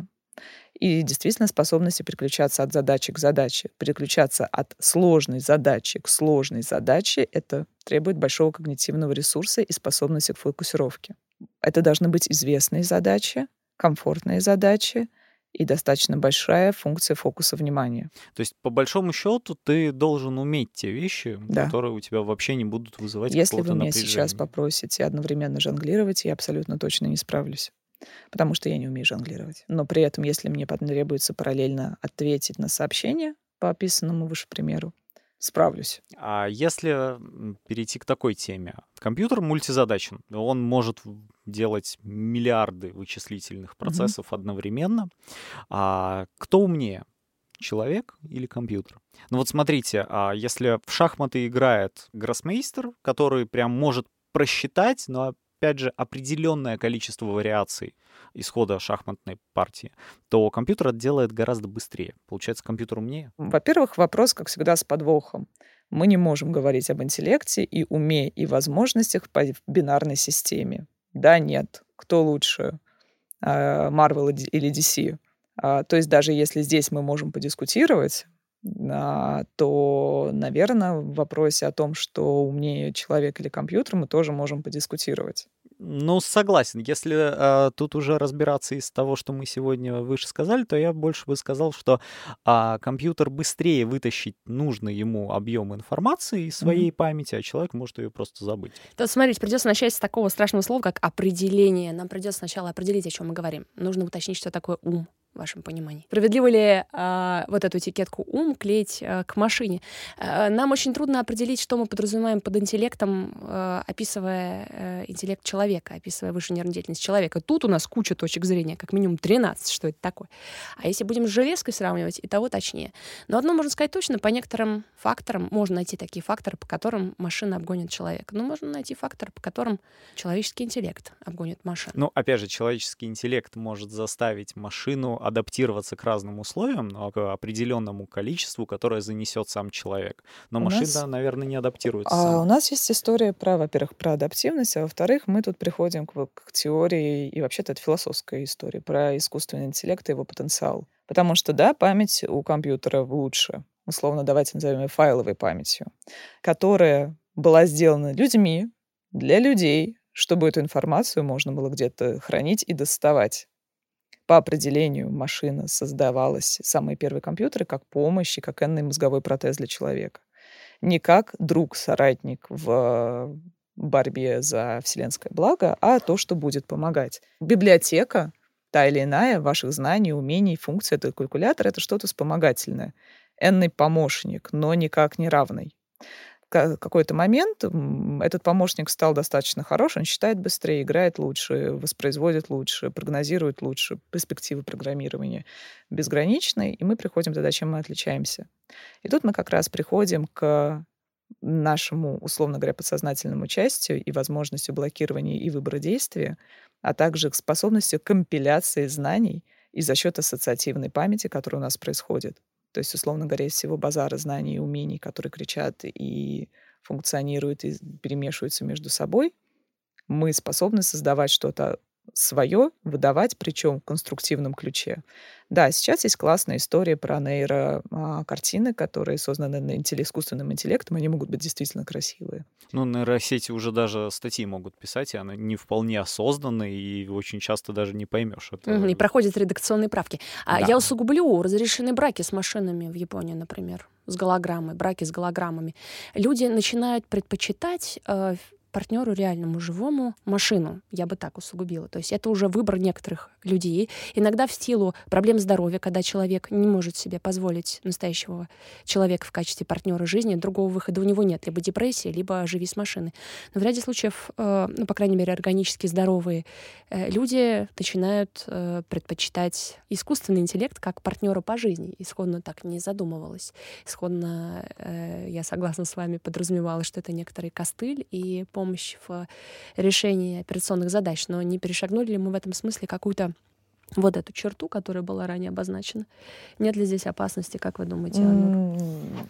и действительно способности переключаться от задачи к задаче. Переключаться от сложной задачи к сложной задаче — это требует большого когнитивного ресурса и способности к фокусировке. Это должны быть известные задачи, комфортные задачи и достаточно большая функция фокуса внимания. То есть, по большому счету, ты должен уметь те вещи, Да. которые у тебя вообще не будут вызывать Если вы какого-то меня сейчас напряжения. попросите одновременно жонглировать, я абсолютно точно не справлюсь, потому что я не умею жонглировать. Но при этом, если мне потребуется параллельно ответить на сообщение по описанному выше примеру, справлюсь. А если м, перейти к такой теме? Компьютер мультизадачен. Он может в- делать миллиарды вычислительных Мгм. процессов одновременно. А кто умнее? Человек или компьютер? Ну вот смотрите, а если в шахматы играет гроссмейстер, который прям может просчитать, но опять же определенное количество вариаций исхода шахматной партии, то компьютер это делает гораздо быстрее. Получается, компьютер умнее? Во-первых, вопрос, как всегда, с подвохом. Мы не можем говорить об интеллекте и уме и возможностях по бинарной системе. Да, нет. Кто лучше, а, Marvel или ди си? А, То есть даже если здесь мы можем подискутировать, а, то, наверное, в вопросе о том, что умнее человек или компьютер, мы тоже можем подискутировать. Ну, согласен. Если а, тут уже разбираться из того, что мы сегодня выше сказали, то я больше бы сказал, что а, компьютер быстрее вытащить нужный ему объем информации из Мгм. своей памяти, а человек может ее просто забыть. То, смотрите, придется начать с такого страшного слова, как определение. Нам придется сначала определить, о чем мы говорим. Нужно уточнить, что такое ум в вашем понимании. Справедливо ли а, вот эту этикетку ум клеить а, к машине? А, нам очень трудно определить, что мы подразумеваем под интеллектом, а, описывая а, интеллект человека, описывая высшую нервную деятельность человека. Тут у нас куча точек зрения, как минимум тринадцать, что это такое. А если будем с железкой сравнивать, и того точнее. Но одно можно сказать точно, по некоторым факторам можно найти такие факторы, по которым машина обгонит человека. Но можно найти факторы, по которым человеческий интеллект обгонит машину. Ну, опять же, человеческий интеллект может заставить машину адаптироваться к разным условиям, но к определенному количеству, которое занесет сам человек. Но У машина, нас, наверное, не адаптируется а, у сама. нас есть история про, во-первых, про адаптивность, а во-вторых, мы тут приходим к, в- к теории, и вообще-то это философская история про искусственный интеллект и его потенциал. Потому что, да, память у компьютера лучше, условно, давайте назовем ее файловой памятью, которая была сделана людьми для людей, чтобы эту информацию можно было где-то хранить и доставать. По определению машина создавалась, самые первые компьютеры, как помощь и как энный мозговой протез для человека. Не как друг, соратник в борьбе за вселенское благо, а то, что будет помогать. Библиотека, та или иная, ваших знаний, умений, функций, это калькулятор, это что-то вспомогательное. Энный помощник, но никак не равный. В какой-то момент этот помощник стал достаточно хорош, он считает быстрее, играет лучше, воспроизводит лучше, прогнозирует лучше, перспективы программирования безграничны, и мы приходим тогда, чем мы отличаемся. И тут мы как раз приходим к нашему, условно говоря, подсознательному участию и возможностью блокирования и выбора действия, а также к способности компиляции знаний и за счет ассоциативной памяти, которая у нас происходит. То есть, условно говоря, из всего базара знаний и умений, которые кричат и функционируют, и перемешиваются между собой, мы способны создавать что-то свое, выдавать, причем в конструктивном ключе. Да, сейчас есть классная история про нейрокартины, которые созданы искусственным интеллектом, они могут быть действительно красивые. Ну, нейросети уже даже статьи могут писать, и они не вполне осознанные, и очень часто даже не поймешь. Это... Не проходят редакционные правки. А да. Я усугублю разрешены браки с машинами в Японии, например, с голограммой, браки с голограммами. Люди начинают предпочитать... Э, партнеру реальному, живому машину. Я бы так усугубила. То есть это уже выбор некоторых людей. Иногда в силу проблем здоровья, когда человек не может себе позволить настоящего человека в качестве партнера жизни, другого выхода у него нет. Либо депрессия, либо живи с машиной. Но в ряде случаев, э, ну, по крайней мере, органически здоровые э, люди начинают э, предпочитать искусственный интеллект как партнера по жизни. Исходно так не задумывалась. Исходно, э, я согласна с вами, подразумевала, что это некоторый костыль и помощь в решении операционных задач, но не перешагнули ли мы в этом смысле какую-то вот эту черту, которая была ранее обозначена? Нет ли здесь опасности, как вы думаете, Анур?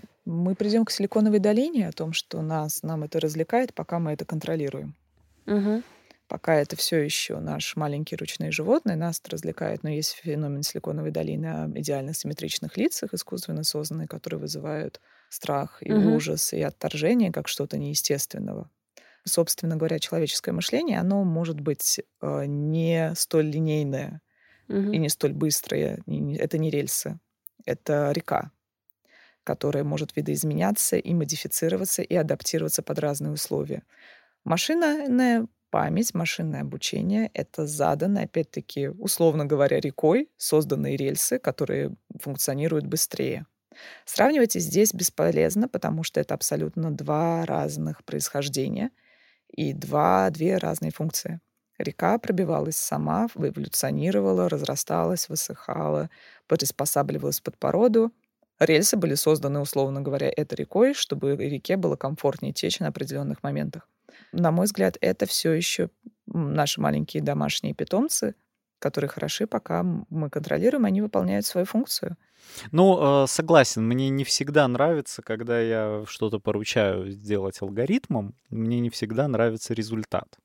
Мы придем к силиконовой долине, о том, что нас, нам это развлекает, пока мы это контролируем. Угу. Пока это все еще наш маленький ручные животные, нас это развлекает. Но есть феномен силиконовой долины о идеально симметричных лицах, искусственно созданные, которые вызывают страх и угу. ужас, и отторжение, как что-то неестественного. Собственно говоря, человеческое мышление, оно может быть э, не столь линейное угу. и не столь быстрое. Это не рельсы, это река, которая может видоизменяться и модифицироваться, и адаптироваться под разные условия. Машинная память, машинное обучение — это заданные, опять-таки, условно говоря, рекой созданные рельсы, которые функционируют быстрее. Сравнивать здесь бесполезно, потому что это абсолютно два разных происхождения и два, две разные функции. Река пробивалась сама, эволюционировала, разрасталась, высыхала, приспосабливалась под породу. Рельсы были созданы, условно говоря, этой рекой, чтобы реке было комфортнее течь на определенных моментах. На мой взгляд, это все еще наши маленькие домашние питомцы, которые хороши, пока мы контролируем, они выполняют свою функцию. Ну, согласен, мне не всегда нравится, когда я что-то поручаю сделать алгоритмом, мне не всегда нравится результат.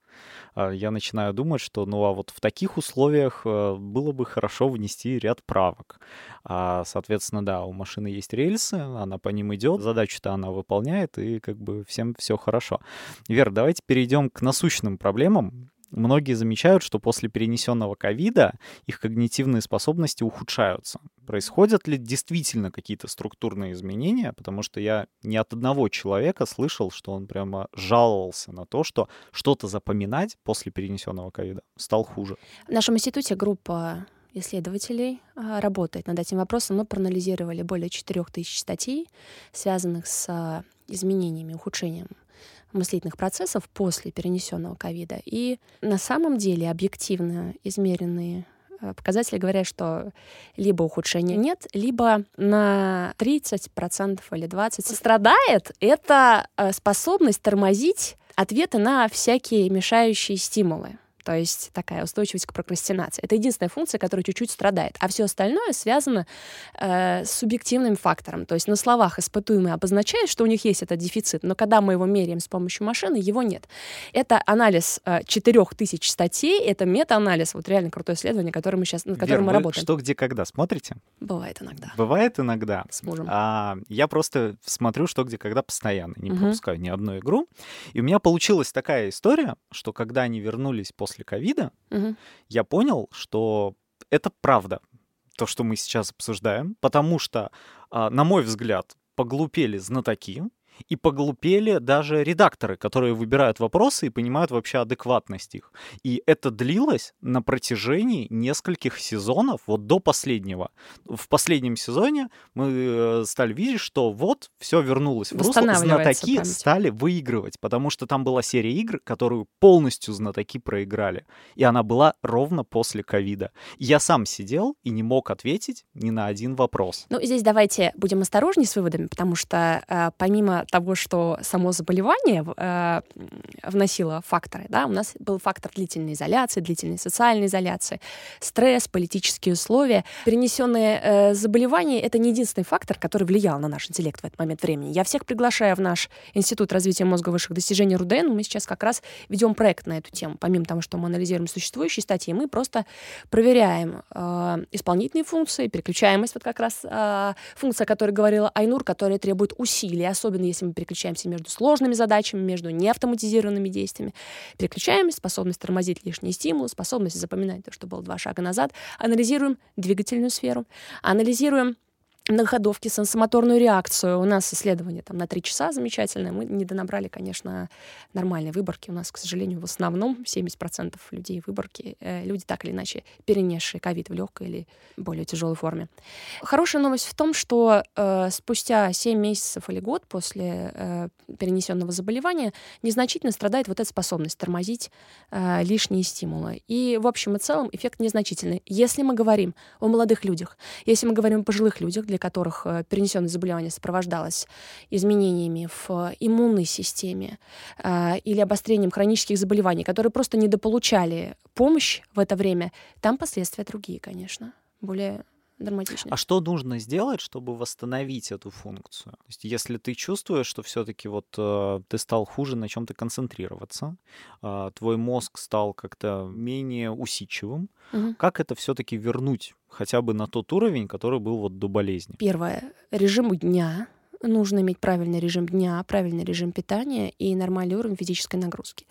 Я начинаю думать, что ну а вот в таких условиях было бы хорошо внести ряд правок. А, соответственно, да, у машины есть рельсы, она по ним идет, задачу-то она выполняет, и как бы всем все хорошо. Вера, давайте перейдем к насущным проблемам. Многие замечают, что после перенесенного ковида их когнитивные способности ухудшаются. Происходят ли действительно какие-то структурные изменения? Потому что я ни от одного человека слышал, что он прямо жаловался на то, что что-то запоминать после перенесенного ковида стало хуже. В нашем институте группа исследователей работает над этим вопросом. Мы проанализировали более четырех тысяч статей, связанных с изменениями, ухудшением мыслительных процессов после перенесенного ковида. И на самом деле объективно измеренные показатели говорят, что либо ухудшения нет, либо на тридцать процентов или двадцать процентов страдает эта способность тормозить ответы на всякие мешающие стимулы. То есть такая устойчивость к прокрастинации. Это единственная функция, которая чуть-чуть страдает. А все остальное связано э, с субъективным фактором. То есть на словах испытуемый обозначает, что у них есть этот дефицит, но когда мы его меряем с помощью машины, его нет. Это анализ четырех тысяч статей, это мета-анализ, вот реально крутое исследование, которое мы сейчас, над которым Вер, мы вы работаем. «Что, где, когда» смотрите? Бывает иногда. Бывает иногда. С мужем. А, я просто смотрю «Что, где, когда» постоянно, не Мгм. пропускаю ни одну игру. И у меня получилась такая история, что когда они вернулись после ковида, Мгм. я понял, что это правда, то, что мы сейчас обсуждаем, потому что, а, на мой взгляд, поглупели знатоки, и поглупели даже редакторы, которые выбирают вопросы и понимают вообще адекватность их. И это длилось на протяжении нескольких сезонов, вот до последнего. В последнем сезоне мы э, стали видеть, что вот все вернулось в русло. Восстанавливается Знатоки память. стали выигрывать, потому что там была серия игр, которую полностью знатоки проиграли. И она была ровно после ковида. Я сам сидел и не мог ответить ни на один вопрос. Ну, здесь давайте будем осторожнее с выводами, потому что э, помимо того, что само заболевание э, вносило факторы, да, у нас был фактор длительной изоляции, длительной социальной изоляции, стресс, политические условия. Перенесенные э, заболевания — это не единственный фактор, который влиял на наш интеллект в этот момент времени. Я всех приглашаю в наш Институт развития мозга и высших достижений РУДН. Мы сейчас как раз ведем проект на эту тему. Помимо того, что мы анализируем существующие статьи, мы просто проверяем э, исполнительные функции, переключаемость, вот как раз э, функция, о которой говорила Айнур, которая требует усилий, особенно если мы переключаемся между сложными задачами, между неавтоматизированными действиями. Переключаемость, способность тормозить лишние стимулы, способность запоминать то, что было два шага назад. Анализируем двигательную сферу, анализируем многоходовки, сенсомоторную реакцию. У нас исследование там на три часа замечательное. Мы не донабрали, конечно, нормальной выборки. У нас, к сожалению, в основном семьдесят процентов людей выборки э, люди так или иначе перенесшие ковид в легкой или более тяжелой форме. Хорошая новость в том, что э, спустя семь месяцев или год после э, перенесенного заболевания незначительно страдает вот эта способность тормозить э, лишние стимулы. И в общем и целом эффект незначительный. Если мы говорим о молодых людях, если мы говорим о пожилых людях, для которых перенесенное заболевание сопровождалось изменениями в иммунной системе э, или обострением хронических заболеваний, которые просто недополучали помощь в это время, там последствия другие, конечно, более драматичные. А что нужно сделать, чтобы восстановить эту функцию? То есть, если ты чувствуешь, что все-таки вот э, ты стал хуже на чем-то концентрироваться, э, твой мозг стал как-то менее усидчивым, Угу. как это все-таки вернуть хотя бы на тот уровень, который был вот до болезни? Первое. Режим дня. Нужно иметь правильный режим дня, правильный режим питания и нормальный уровень физической нагрузки.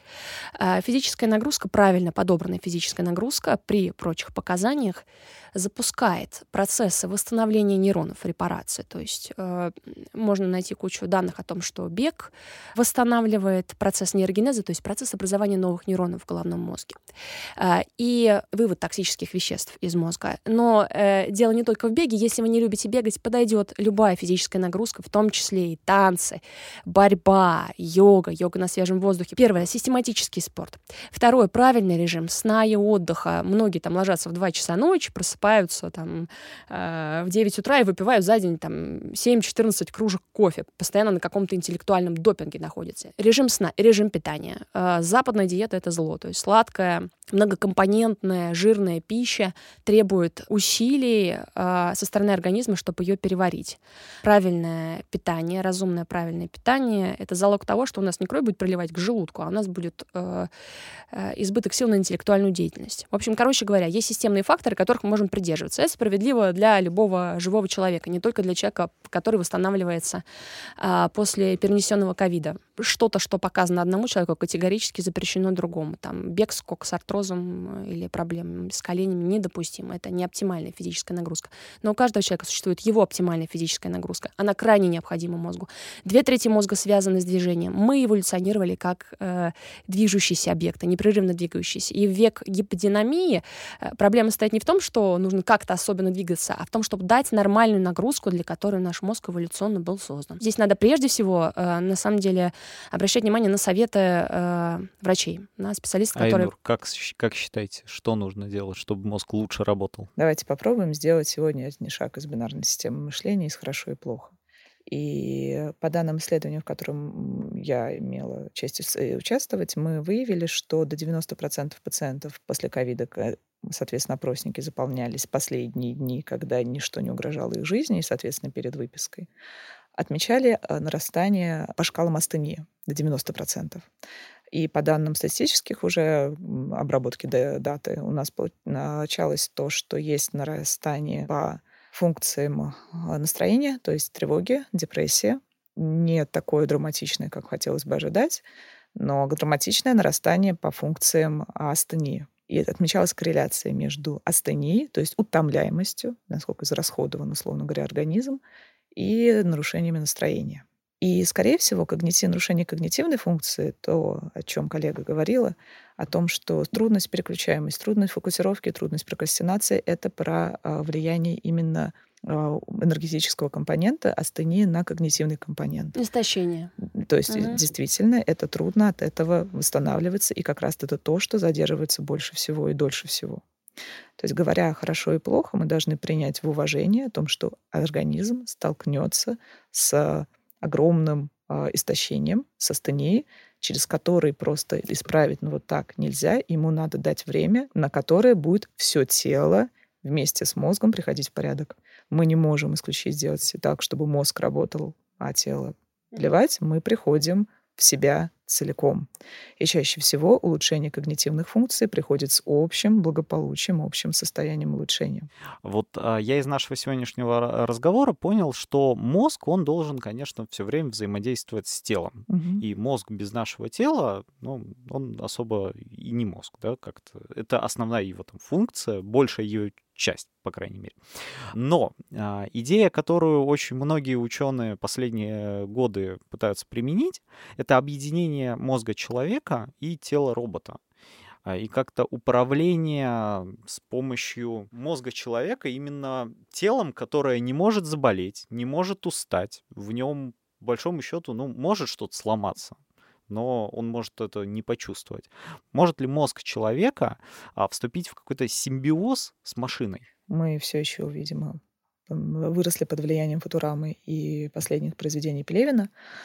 А физическая нагрузка, правильно подобранная физическая нагрузка при прочих показаниях запускает процессы восстановления нейронов, репарации. То есть э, можно найти кучу данных о том, что бег восстанавливает процесс нейрогенеза, то есть процесс образования новых нейронов в головном мозге. Э, и вывод токсических веществ из мозга. Но э, дело не только в беге. Если вы не любите бегать, подойдет любая физическая нагрузка, в том числе и танцы, борьба, йога, йога на свежем воздухе. Первое — систематический спорт. Второе — правильный режим сна и отдыха. Многие там ложатся в два часа ночи, просыпаются там э, в девять утра и выпивают за день там семь-четырнадцать кружек кофе. Постоянно на каком-то интеллектуальном допинге находятся. Режим сна и режим питания. Э, западная диета — это зло. То есть сладкая, многокомпонентная, жирная пища требует усилий э, со стороны организма, чтобы ее переварить. Правильное питание, разумное правильное питание — это залог того, что у нас не кровь будет приливать к желудку, а у нас будет э, э, избыток сил на интеллектуальную деятельность. В общем, короче говоря, есть системные факторы, которых мы можем придерживаться. Это справедливо для любого живого человека, не только для человека, который восстанавливается э, после перенесенного ковида. Что-то, что показано одному человеку, категорически запрещено другому. Там бег, скок с артрозом или проблемами с коленями недопустимо. Это не оптимальная физическая нагрузка. Но у каждого человека существует его оптимальная физическая нагрузка. Она крайне необходима мозгу. Две трети мозга связаны с движением. Мы эволюционировали как э, движущиеся объекты, непрерывно двигающиеся. И в век гиподинамии э, проблема стоит не в том, что нужно как-то особенно двигаться, а в том, чтобы дать нормальную нагрузку, для которой наш мозг эволюционно был создан. Здесь надо прежде всего, э, на самом деле, обращать внимание на советы э, врачей, на специалистов, которые... Айнур, как, как считаете, что нужно делать, чтобы мозг лучше работал? Давайте попробуем сделать сегодня один шаг из бинарной системы мышления из хорошо и плохо. И по данным исследований, в котором я имела честь участвовать, мы выявили, что до девяноста процентов пациентов после ковида, соответственно, опросники заполнялись последние дни, когда ничто не угрожало их жизни, и, соответственно, перед выпиской, отмечали нарастание по шкалам астении до девяноста процентов. И по данным статистических уже обработки даты у нас началось то, что есть нарастание по функциям настроения, то есть тревоги, депрессия. Не такое драматичное, как хотелось бы ожидать, но драматичное нарастание по функциям астении. И отмечалась корреляция между астенией, то есть утомляемостью, насколько израсходован, условно говоря, организм, и нарушениями настроения. И, скорее всего, когнитив... нарушение когнитивной функции, то, о чем коллега говорила, о том, что трудность переключаемость, трудность фокусировки, трудность прокрастинации — это про а, влияние именно а, энергетического компонента астении на когнитивный компонент. Истощение. То есть, Мгм. действительно, это трудно от этого восстанавливаться, и как раз это то, что задерживается больше всего и дольше всего. То есть, говоря хорошо и плохо, мы должны принять в уважение о том, что организм столкнется с огромным а, истощением, с астенией, через который просто исправить, ну вот так нельзя, ему надо дать время, на которое будет все тело вместе с мозгом приходить в порядок. Мы не можем исключить сделать так, чтобы мозг работал, а тело плевать. Мы приходим в себя целиком. И чаще всего улучшение когнитивных функций приходит с общим благополучием, общим состоянием улучшения. Вот а, я из нашего сегодняшнего ра- разговора понял, что мозг, он должен, конечно, все время взаимодействовать с телом. Мгм. И мозг без нашего тела, ну, он особо и не мозг, да, как-то. Это основная его там функция, большая ее часть, по крайней мере. Но а, идея, которую очень многие ученые последние годы пытаются применить, это объединение мозга человека и тела робота. А, И как-то управление с помощью мозга человека именно телом, которое не может заболеть, не может устать. В нем, по большому счету, ну, может что-то сломаться, но он может это не почувствовать. Может ли мозг человека а, вступить в какой-то симбиоз с машиной? Мы все еще, видимо, м, выросли под влиянием Футурамы и последних произведений Пелевина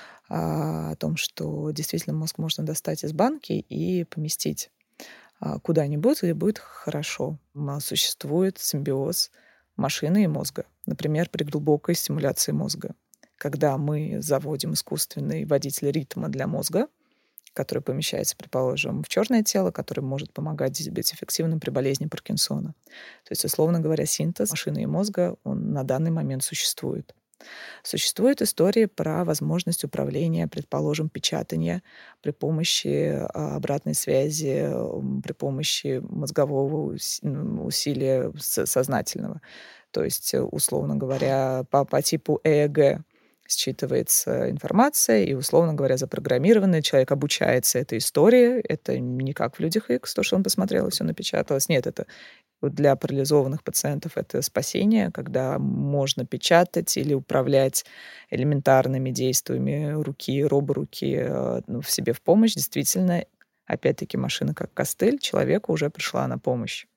а, о том, что действительно мозг можно достать из банки и поместить а, куда-нибудь, и будет хорошо. М, Существует симбиоз машины и мозга. Например, при глубокой стимуляции мозга. Когда мы заводим искусственный водитель ритма для мозга, который помещается, предположим, в черное тело, который может помогать здесь быть эффективным при болезни Паркинсона. То есть, условно говоря, синтез машины и мозга, он на данный момент существует. Существуют истории про возможность управления, предположим, печатания при помощи а, обратной связи, м, при помощи мозгового ус- м, усилия с- сознательного. То есть, э, условно говоря, по, по типу ЭЭГ считывается информация, и, условно говоря, запрограммированный человек обучается этой истории. Это не как в «Людях Икс», то, что он посмотрел, и все напечаталось. Нет, это вот для парализованных пациентов это спасение, когда можно печатать или управлять элементарными действиями руки, роборуки э, ну, в себе в помощь. Действительно, опять-таки, машина как костыль, человеку уже пришла на помощь.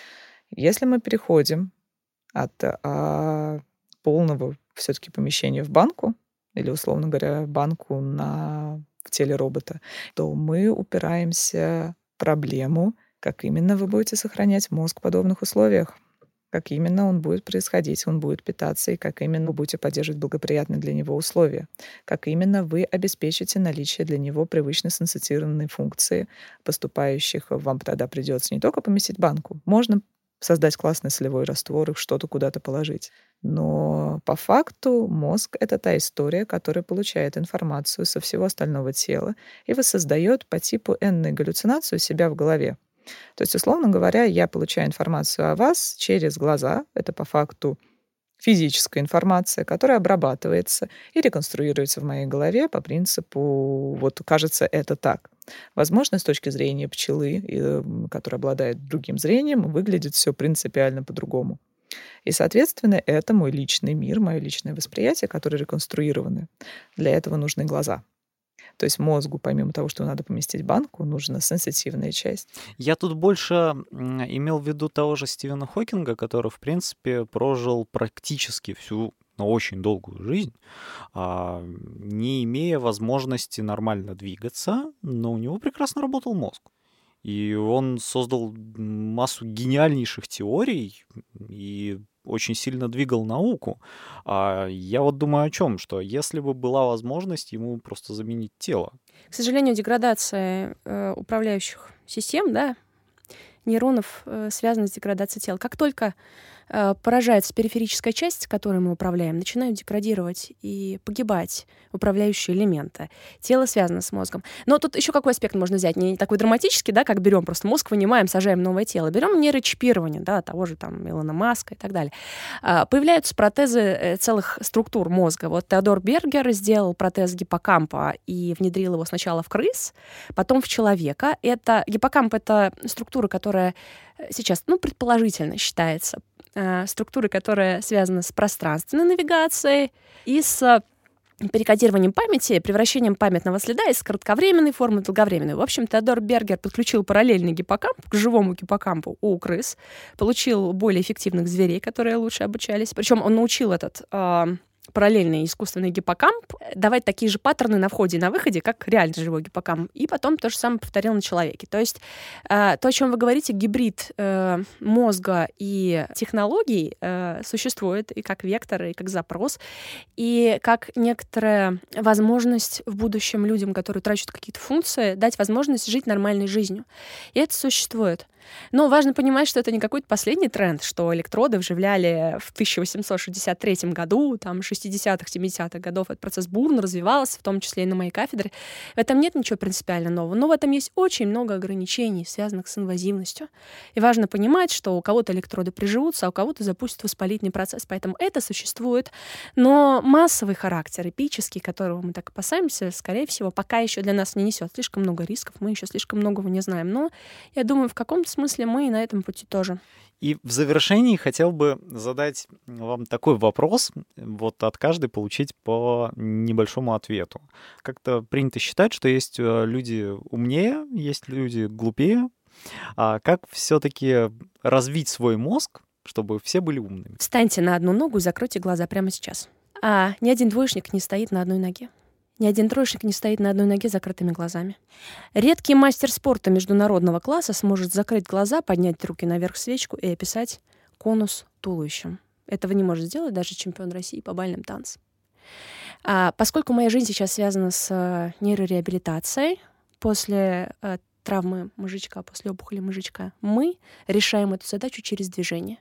Если мы переходим от а, полного все-таки помещения в банку, или, условно говоря, банку на, в теле робота, то мы упираемся в проблему, как именно вы будете сохранять мозг в подобных условиях, как именно он будет происходить, он будет питаться, и как именно вы будете поддерживать благоприятные для него условия, как именно вы обеспечите наличие для него привычно сенситированной функции, поступающих вам тогда придется не только поместить банку, можно создать классный солевой раствор и что-то куда-то положить. Но по факту мозг — это та история, которая получает информацию со всего остального тела и воссоздает по типу энной галлюцинацию себя в голове. То есть, условно говоря, я получаю информацию о вас через глаза. Это по факту физическая информация, которая обрабатывается и реконструируется в моей голове по принципу вот кажется это так. Возможно, с точки зрения пчелы, и, м, которая обладает другим зрением, выглядит все принципиально по-другому. И, соответственно, это мой личный мир, мое личное восприятие, которые реконструированы. Для этого нужны глаза. То есть мозгу, помимо того, что надо поместить банку, нужна сенситивная часть. Я тут больше м, имел в виду того же Стивена Хокинга, который, в принципе, прожил практически всю, но очень долгую жизнь, а, не имея возможности нормально двигаться, но у него прекрасно работал мозг. И он создал массу гениальнейших теорий и очень сильно двигал науку. А я вот думаю о чем, что если бы была возможность ему просто заменить тело. К сожалению, деградация э, управляющих систем, да, нейронов э, связана с деградацией тела. Как только э, поражается периферическая часть, которой мы управляем, начинают деградировать и погибать управляющие элементы. Тело связано с мозгом. Но тут еще какой аспект можно взять? Не такой драматический, да, как берем просто мозг, вынимаем, сажаем новое тело. Берем нейрочипирование, да, того же там Илона Маска и так далее. А, появляются протезы целых структур мозга. Вот Теодор Бергер сделал протез гиппокампа и внедрил его сначала в крыс, потом в человека. Это гиппокамп — это структура, которая сейчас, ну, предположительно считается э, структурой, которая связана с пространственной навигацией и с перекодированием памяти, превращением памятного следа из кратковременной формы в долговременную. В общем, Теодор Бергер подключил параллельный гиппокамп к живому гиппокампу у крыс, получил более эффективных зверей, которые лучше обучались. Причем он научил этот э, параллельный искусственный гиппокамп давать такие же паттерны на входе и на выходе, как реально живой гиппокамп. И потом то же самое повторил на человеке. То есть э, то, о чем вы говорите, гибрид э, мозга и технологий э, существует и как вектор, и как запрос, и как некоторая возможность в будущем людям, которые трачут какие-то функции, дать возможность жить нормальной жизнью. И это существует. Но важно понимать, что это не какой-то последний тренд, что электроды вживляли в тысяча восемьсот шестьдесят третьем году, там, шестидесятых, семидесятых годов этот процесс бурно развивался, в том числе и на моей кафедре. В этом нет ничего принципиально нового, но в этом есть очень много ограничений, связанных с инвазивностью. И важно понимать, что у кого-то электроды приживутся, а у кого-то запустят воспалительный процесс, поэтому это существует. Но массовый характер, эпический, которого мы так опасаемся, скорее всего, пока еще для нас не несет слишком много рисков, мы еще слишком многого не знаем. Но я думаю, в каком-то смысле мы и на этом пути тоже. И в завершении хотел бы задать вам такой вопрос, вот от каждой получить по небольшому ответу. Как-то принято считать, что есть люди умнее, есть люди глупее. А как все-таки развить свой мозг, чтобы все были умными? Встаньте на одну ногу и закройте глаза прямо сейчас. А ни один двоечник не стоит на одной ноге. Ни один троечник не стоит на одной ноге с закрытыми глазами. Редкий мастер спорта международного класса сможет закрыть глаза, поднять руки наверх свечку и описать конус туловищем. Этого не может сделать даже чемпион России по бальным танцам. А поскольку моя жизнь сейчас связана с нейрореабилитацией, после э, травмы мозжечка, после опухоли мозжечка, мы решаем эту задачу через движение.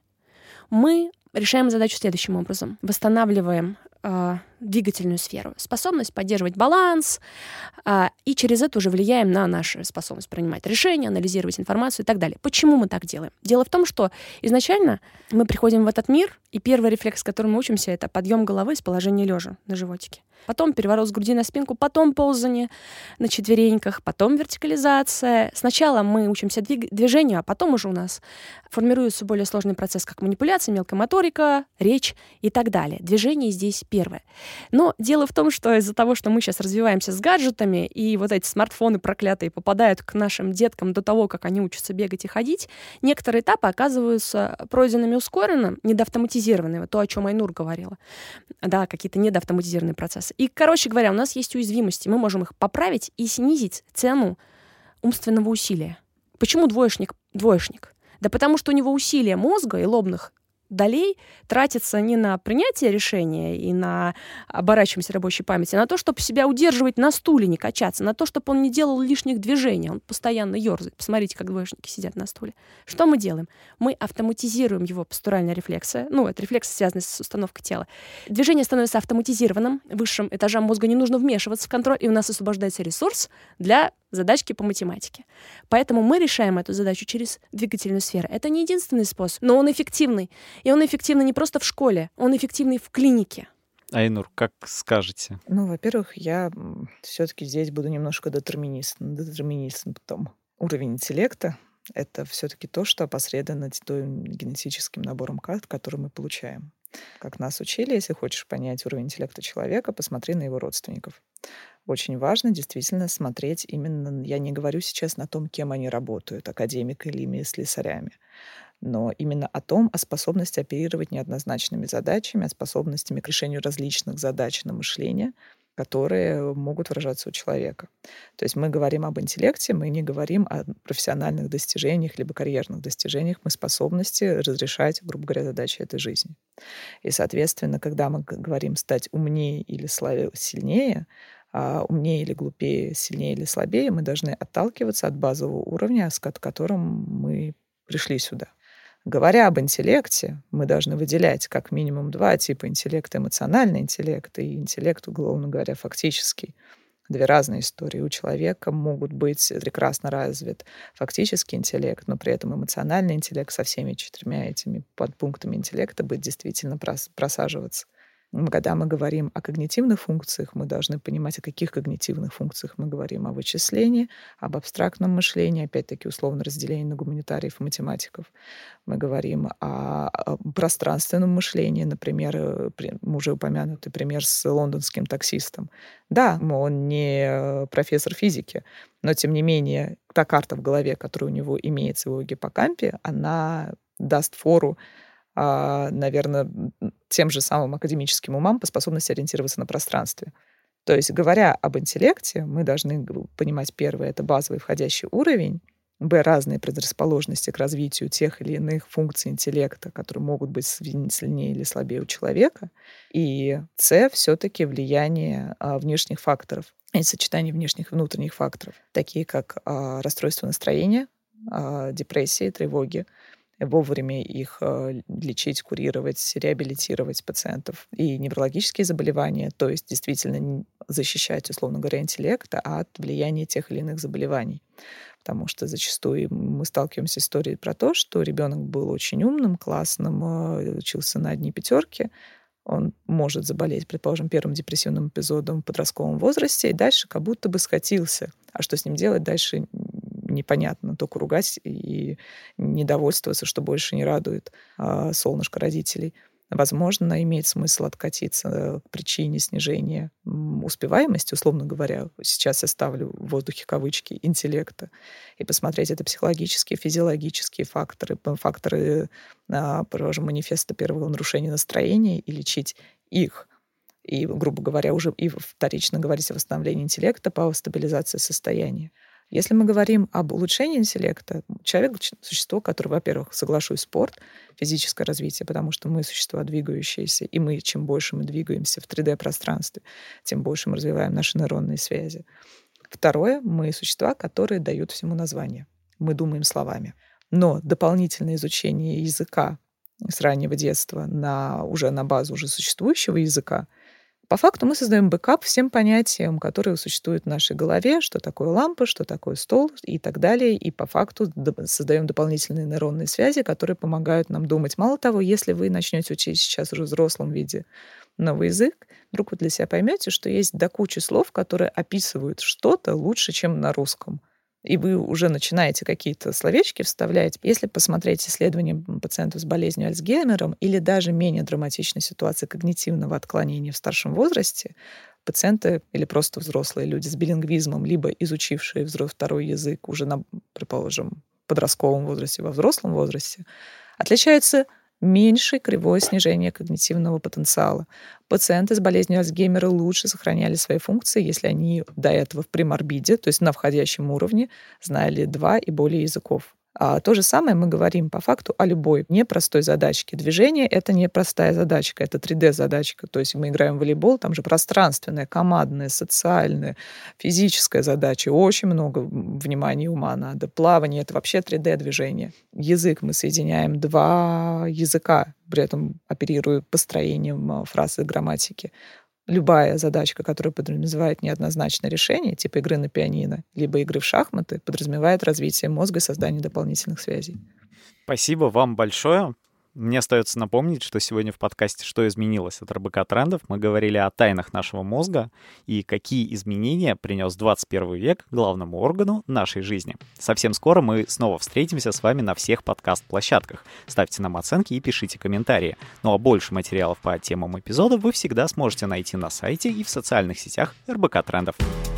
Мы решаем задачу следующим образом. Восстанавливаем э, двигательную сферу, способность поддерживать баланс, э, и через это уже влияем на нашу способность принимать решения, анализировать информацию и так далее. Почему мы так делаем? Дело в том, что изначально мы приходим в этот мир, и первый рефлекс, с которым мы учимся, это подъем головы из положения лежа на животике. Потом переворот с груди на спинку, потом ползание на четвереньках, потом вертикализация. Сначала мы учимся двиг- движению, а потом уже у нас формируется более сложный процесс, как манипуляция, мелкая моторика, речь и так далее. Движение здесь первое. Но дело в том, что из-за того, что мы сейчас развиваемся с гаджетами, и вот эти смартфоны проклятые попадают к нашим деткам до того, как они учатся бегать и ходить, некоторые этапы оказываются пройденными ускоренно, недоавтоматизированными, то, о чем Айнур говорила. Да, какие-то недоавтоматизированные процессы. И, короче говоря, у нас есть уязвимости, мы можем их поправить и снизить цену умственного усилия. Почему двоечник двоечник? Да потому что у него усилия мозга и лобных долей тратится не на принятие решения и на оборачиваемость рабочей памяти, а на то, чтобы себя удерживать на стуле, не качаться, на то, чтобы он не делал лишних движений, он постоянно ерзает. Посмотрите, как двоечники сидят на стуле. Что мы делаем? Мы автоматизируем его постуральные рефлексы, ну, это рефлексы, связанные с установкой тела. Движение становится автоматизированным, высшим этажам мозга не нужно вмешиваться в контроль, и у нас освобождается ресурс для задачки по математике. Поэтому мы решаем эту задачу через двигательную сферу. Это не единственный способ, но он эффективный. И он эффективный не просто в школе, он эффективный в клинике. Айнур, как скажете? Ну, во-первых, я все-таки здесь буду немножко детерминистом. Детерминистом. Уровень интеллекта — это все-таки то, что опосредовано тем генетическим набором карт, который мы получаем. Как нас учили, если хочешь понять уровень интеллекта человека, посмотри на его родственников. Очень важно действительно смотреть именно, я не говорю сейчас на том, кем они работают, академиками или слесарями, но именно о том, о способности оперировать неоднозначными задачами, о способностями к решению различных задач на мышление, которые могут выражаться у человека. То есть мы говорим об интеллекте, мы не говорим о профессиональных достижениях либо карьерных достижениях, мы способности разрешать, грубо говоря, задачи этой жизни. И, соответственно, когда мы говорим стать умнее или сильнее, а умнее или глупее, сильнее или слабее, мы должны отталкиваться от базового уровня, с которым мы пришли сюда. Говоря об интеллекте, мы должны выделять как минимум два типа интеллекта: эмоциональный интеллект и интеллект, условно говоря, фактический. Две разные истории. У человека могут быть прекрасно развит фактический интеллект, но при этом эмоциональный интеллект со всеми четырьмя этими подпунктами интеллекта будет действительно просаживаться. Когда мы говорим о когнитивных функциях, мы должны понимать, о каких когнитивных функциях мы говорим: о вычислении, об абстрактном мышлении, опять-таки условно разделение на гуманитариев и математиков. Мы говорим о, о пространственном мышлении, например, уже упомянутый пример с лондонским таксистом. Да, он не профессор физики, но тем не менее та карта в голове, которая у него имеется в его гиппокампе, она даст фору, наверное, тем же самым академическим умам по способности ориентироваться на пространстве. То есть, говоря об интеллекте, мы должны понимать, первое — это базовый входящий уровень, б, разные предрасположенности к развитию тех или иных функций интеллекта, которые могут быть сильнее или слабее у человека, и с, все-таки влияние а, внешних факторов и сочетание внешних и внутренних факторов, такие как а, расстройство настроения, а, депрессии, тревоги, вовремя их лечить, курировать, реабилитировать пациентов, и неврологические заболевания, то есть действительно защищать, условно говоря, интеллект от влияния тех или иных заболеваний. Потому что зачастую мы сталкиваемся с историей про то, что ребенок был очень умным, классным, учился на одни пятерки, он может заболеть, предположим, первым депрессивным эпизодом в подростковом возрасте, и дальше как будто бы скатился. А что с ним делать дальше, непонятно. Только ругать и недовольствоваться, что больше не радует а, солнышко родителей. Возможно, имеет смысл откатиться к причине снижения успеваемости, условно говоря, сейчас я ставлю в воздухе кавычки, интеллекта, и посмотреть это психологические, физиологические факторы, факторы, положим, манифеста первого нарушения настроения, и лечить их. И, грубо говоря, уже и вторично говорить о восстановлении интеллекта по стабилизации состояния. Если мы говорим об улучшении интеллекта, человек — существо, которое, во-первых, соглашусь, спорт, физическое развитие, потому что мы существа двигающиеся, и мы, чем больше мы двигаемся в три дэ-пространстве, тем больше мы развиваем наши нейронные связи. Второе, мы существа, которые дают всему название. Мы думаем словами. Но дополнительное изучение языка с раннего детства на, уже на базу уже существующего языка, по факту мы создаем бэкап всем понятиям, которые существуют в нашей голове, что такое лампа, что такое стол и так далее. И по факту создаем дополнительные нейронные связи, которые помогают нам думать. Мало того, если вы начнете учить сейчас уже в взрослом виде новый язык, вдруг вы для себя поймете, что есть до кучи слов, которые описывают что-то лучше, чем на русском. И вы уже начинаете какие-то словечки вставлять. Если посмотреть исследования пациентов с болезнью Альцгеймера или даже менее драматичной ситуации когнитивного отклонения в старшем возрасте, пациенты или просто взрослые люди с билингвизмом, либо изучившие второй язык уже на, предположим, подростковом возрасте, во взрослом возрасте, отличаются меньше кривое снижение когнитивного потенциала. Пациенты с болезнью Альцгеймера лучше сохраняли свои функции, если они до этого в преморбиде, то есть на входящем уровне, знали два и более языков. А то же самое мы говорим по факту о любой непростой задачке. Движение — это непростая задачка, это три дэ-задачка. То есть мы играем в волейбол, там же пространственная, командная, социальная, физическая задача. Очень много внимания и ума надо. Плавание — это вообще три дэ-движение. Язык — мы соединяем два языка, при этом оперируя построением фраз и грамматики. Любая задачка, которая подразумевает неоднозначное решение, типа игры на пианино, либо игры в шахматы, подразумевает развитие мозга и создание дополнительных связей. Спасибо вам большое. Мне остается напомнить, что сегодня в подкасте «Что изменилось» от эр бэ ка Трендов мы говорили о тайнах нашего мозга и какие изменения принес двадцать первый век главному органу нашей жизни. Совсем скоро мы снова встретимся с вами на всех подкаст-площадках. Ставьте нам оценки и пишите комментарии. Ну а больше материалов по темам эпизода вы всегда сможете найти на сайте и в социальных сетях эр бэ ка Трендов.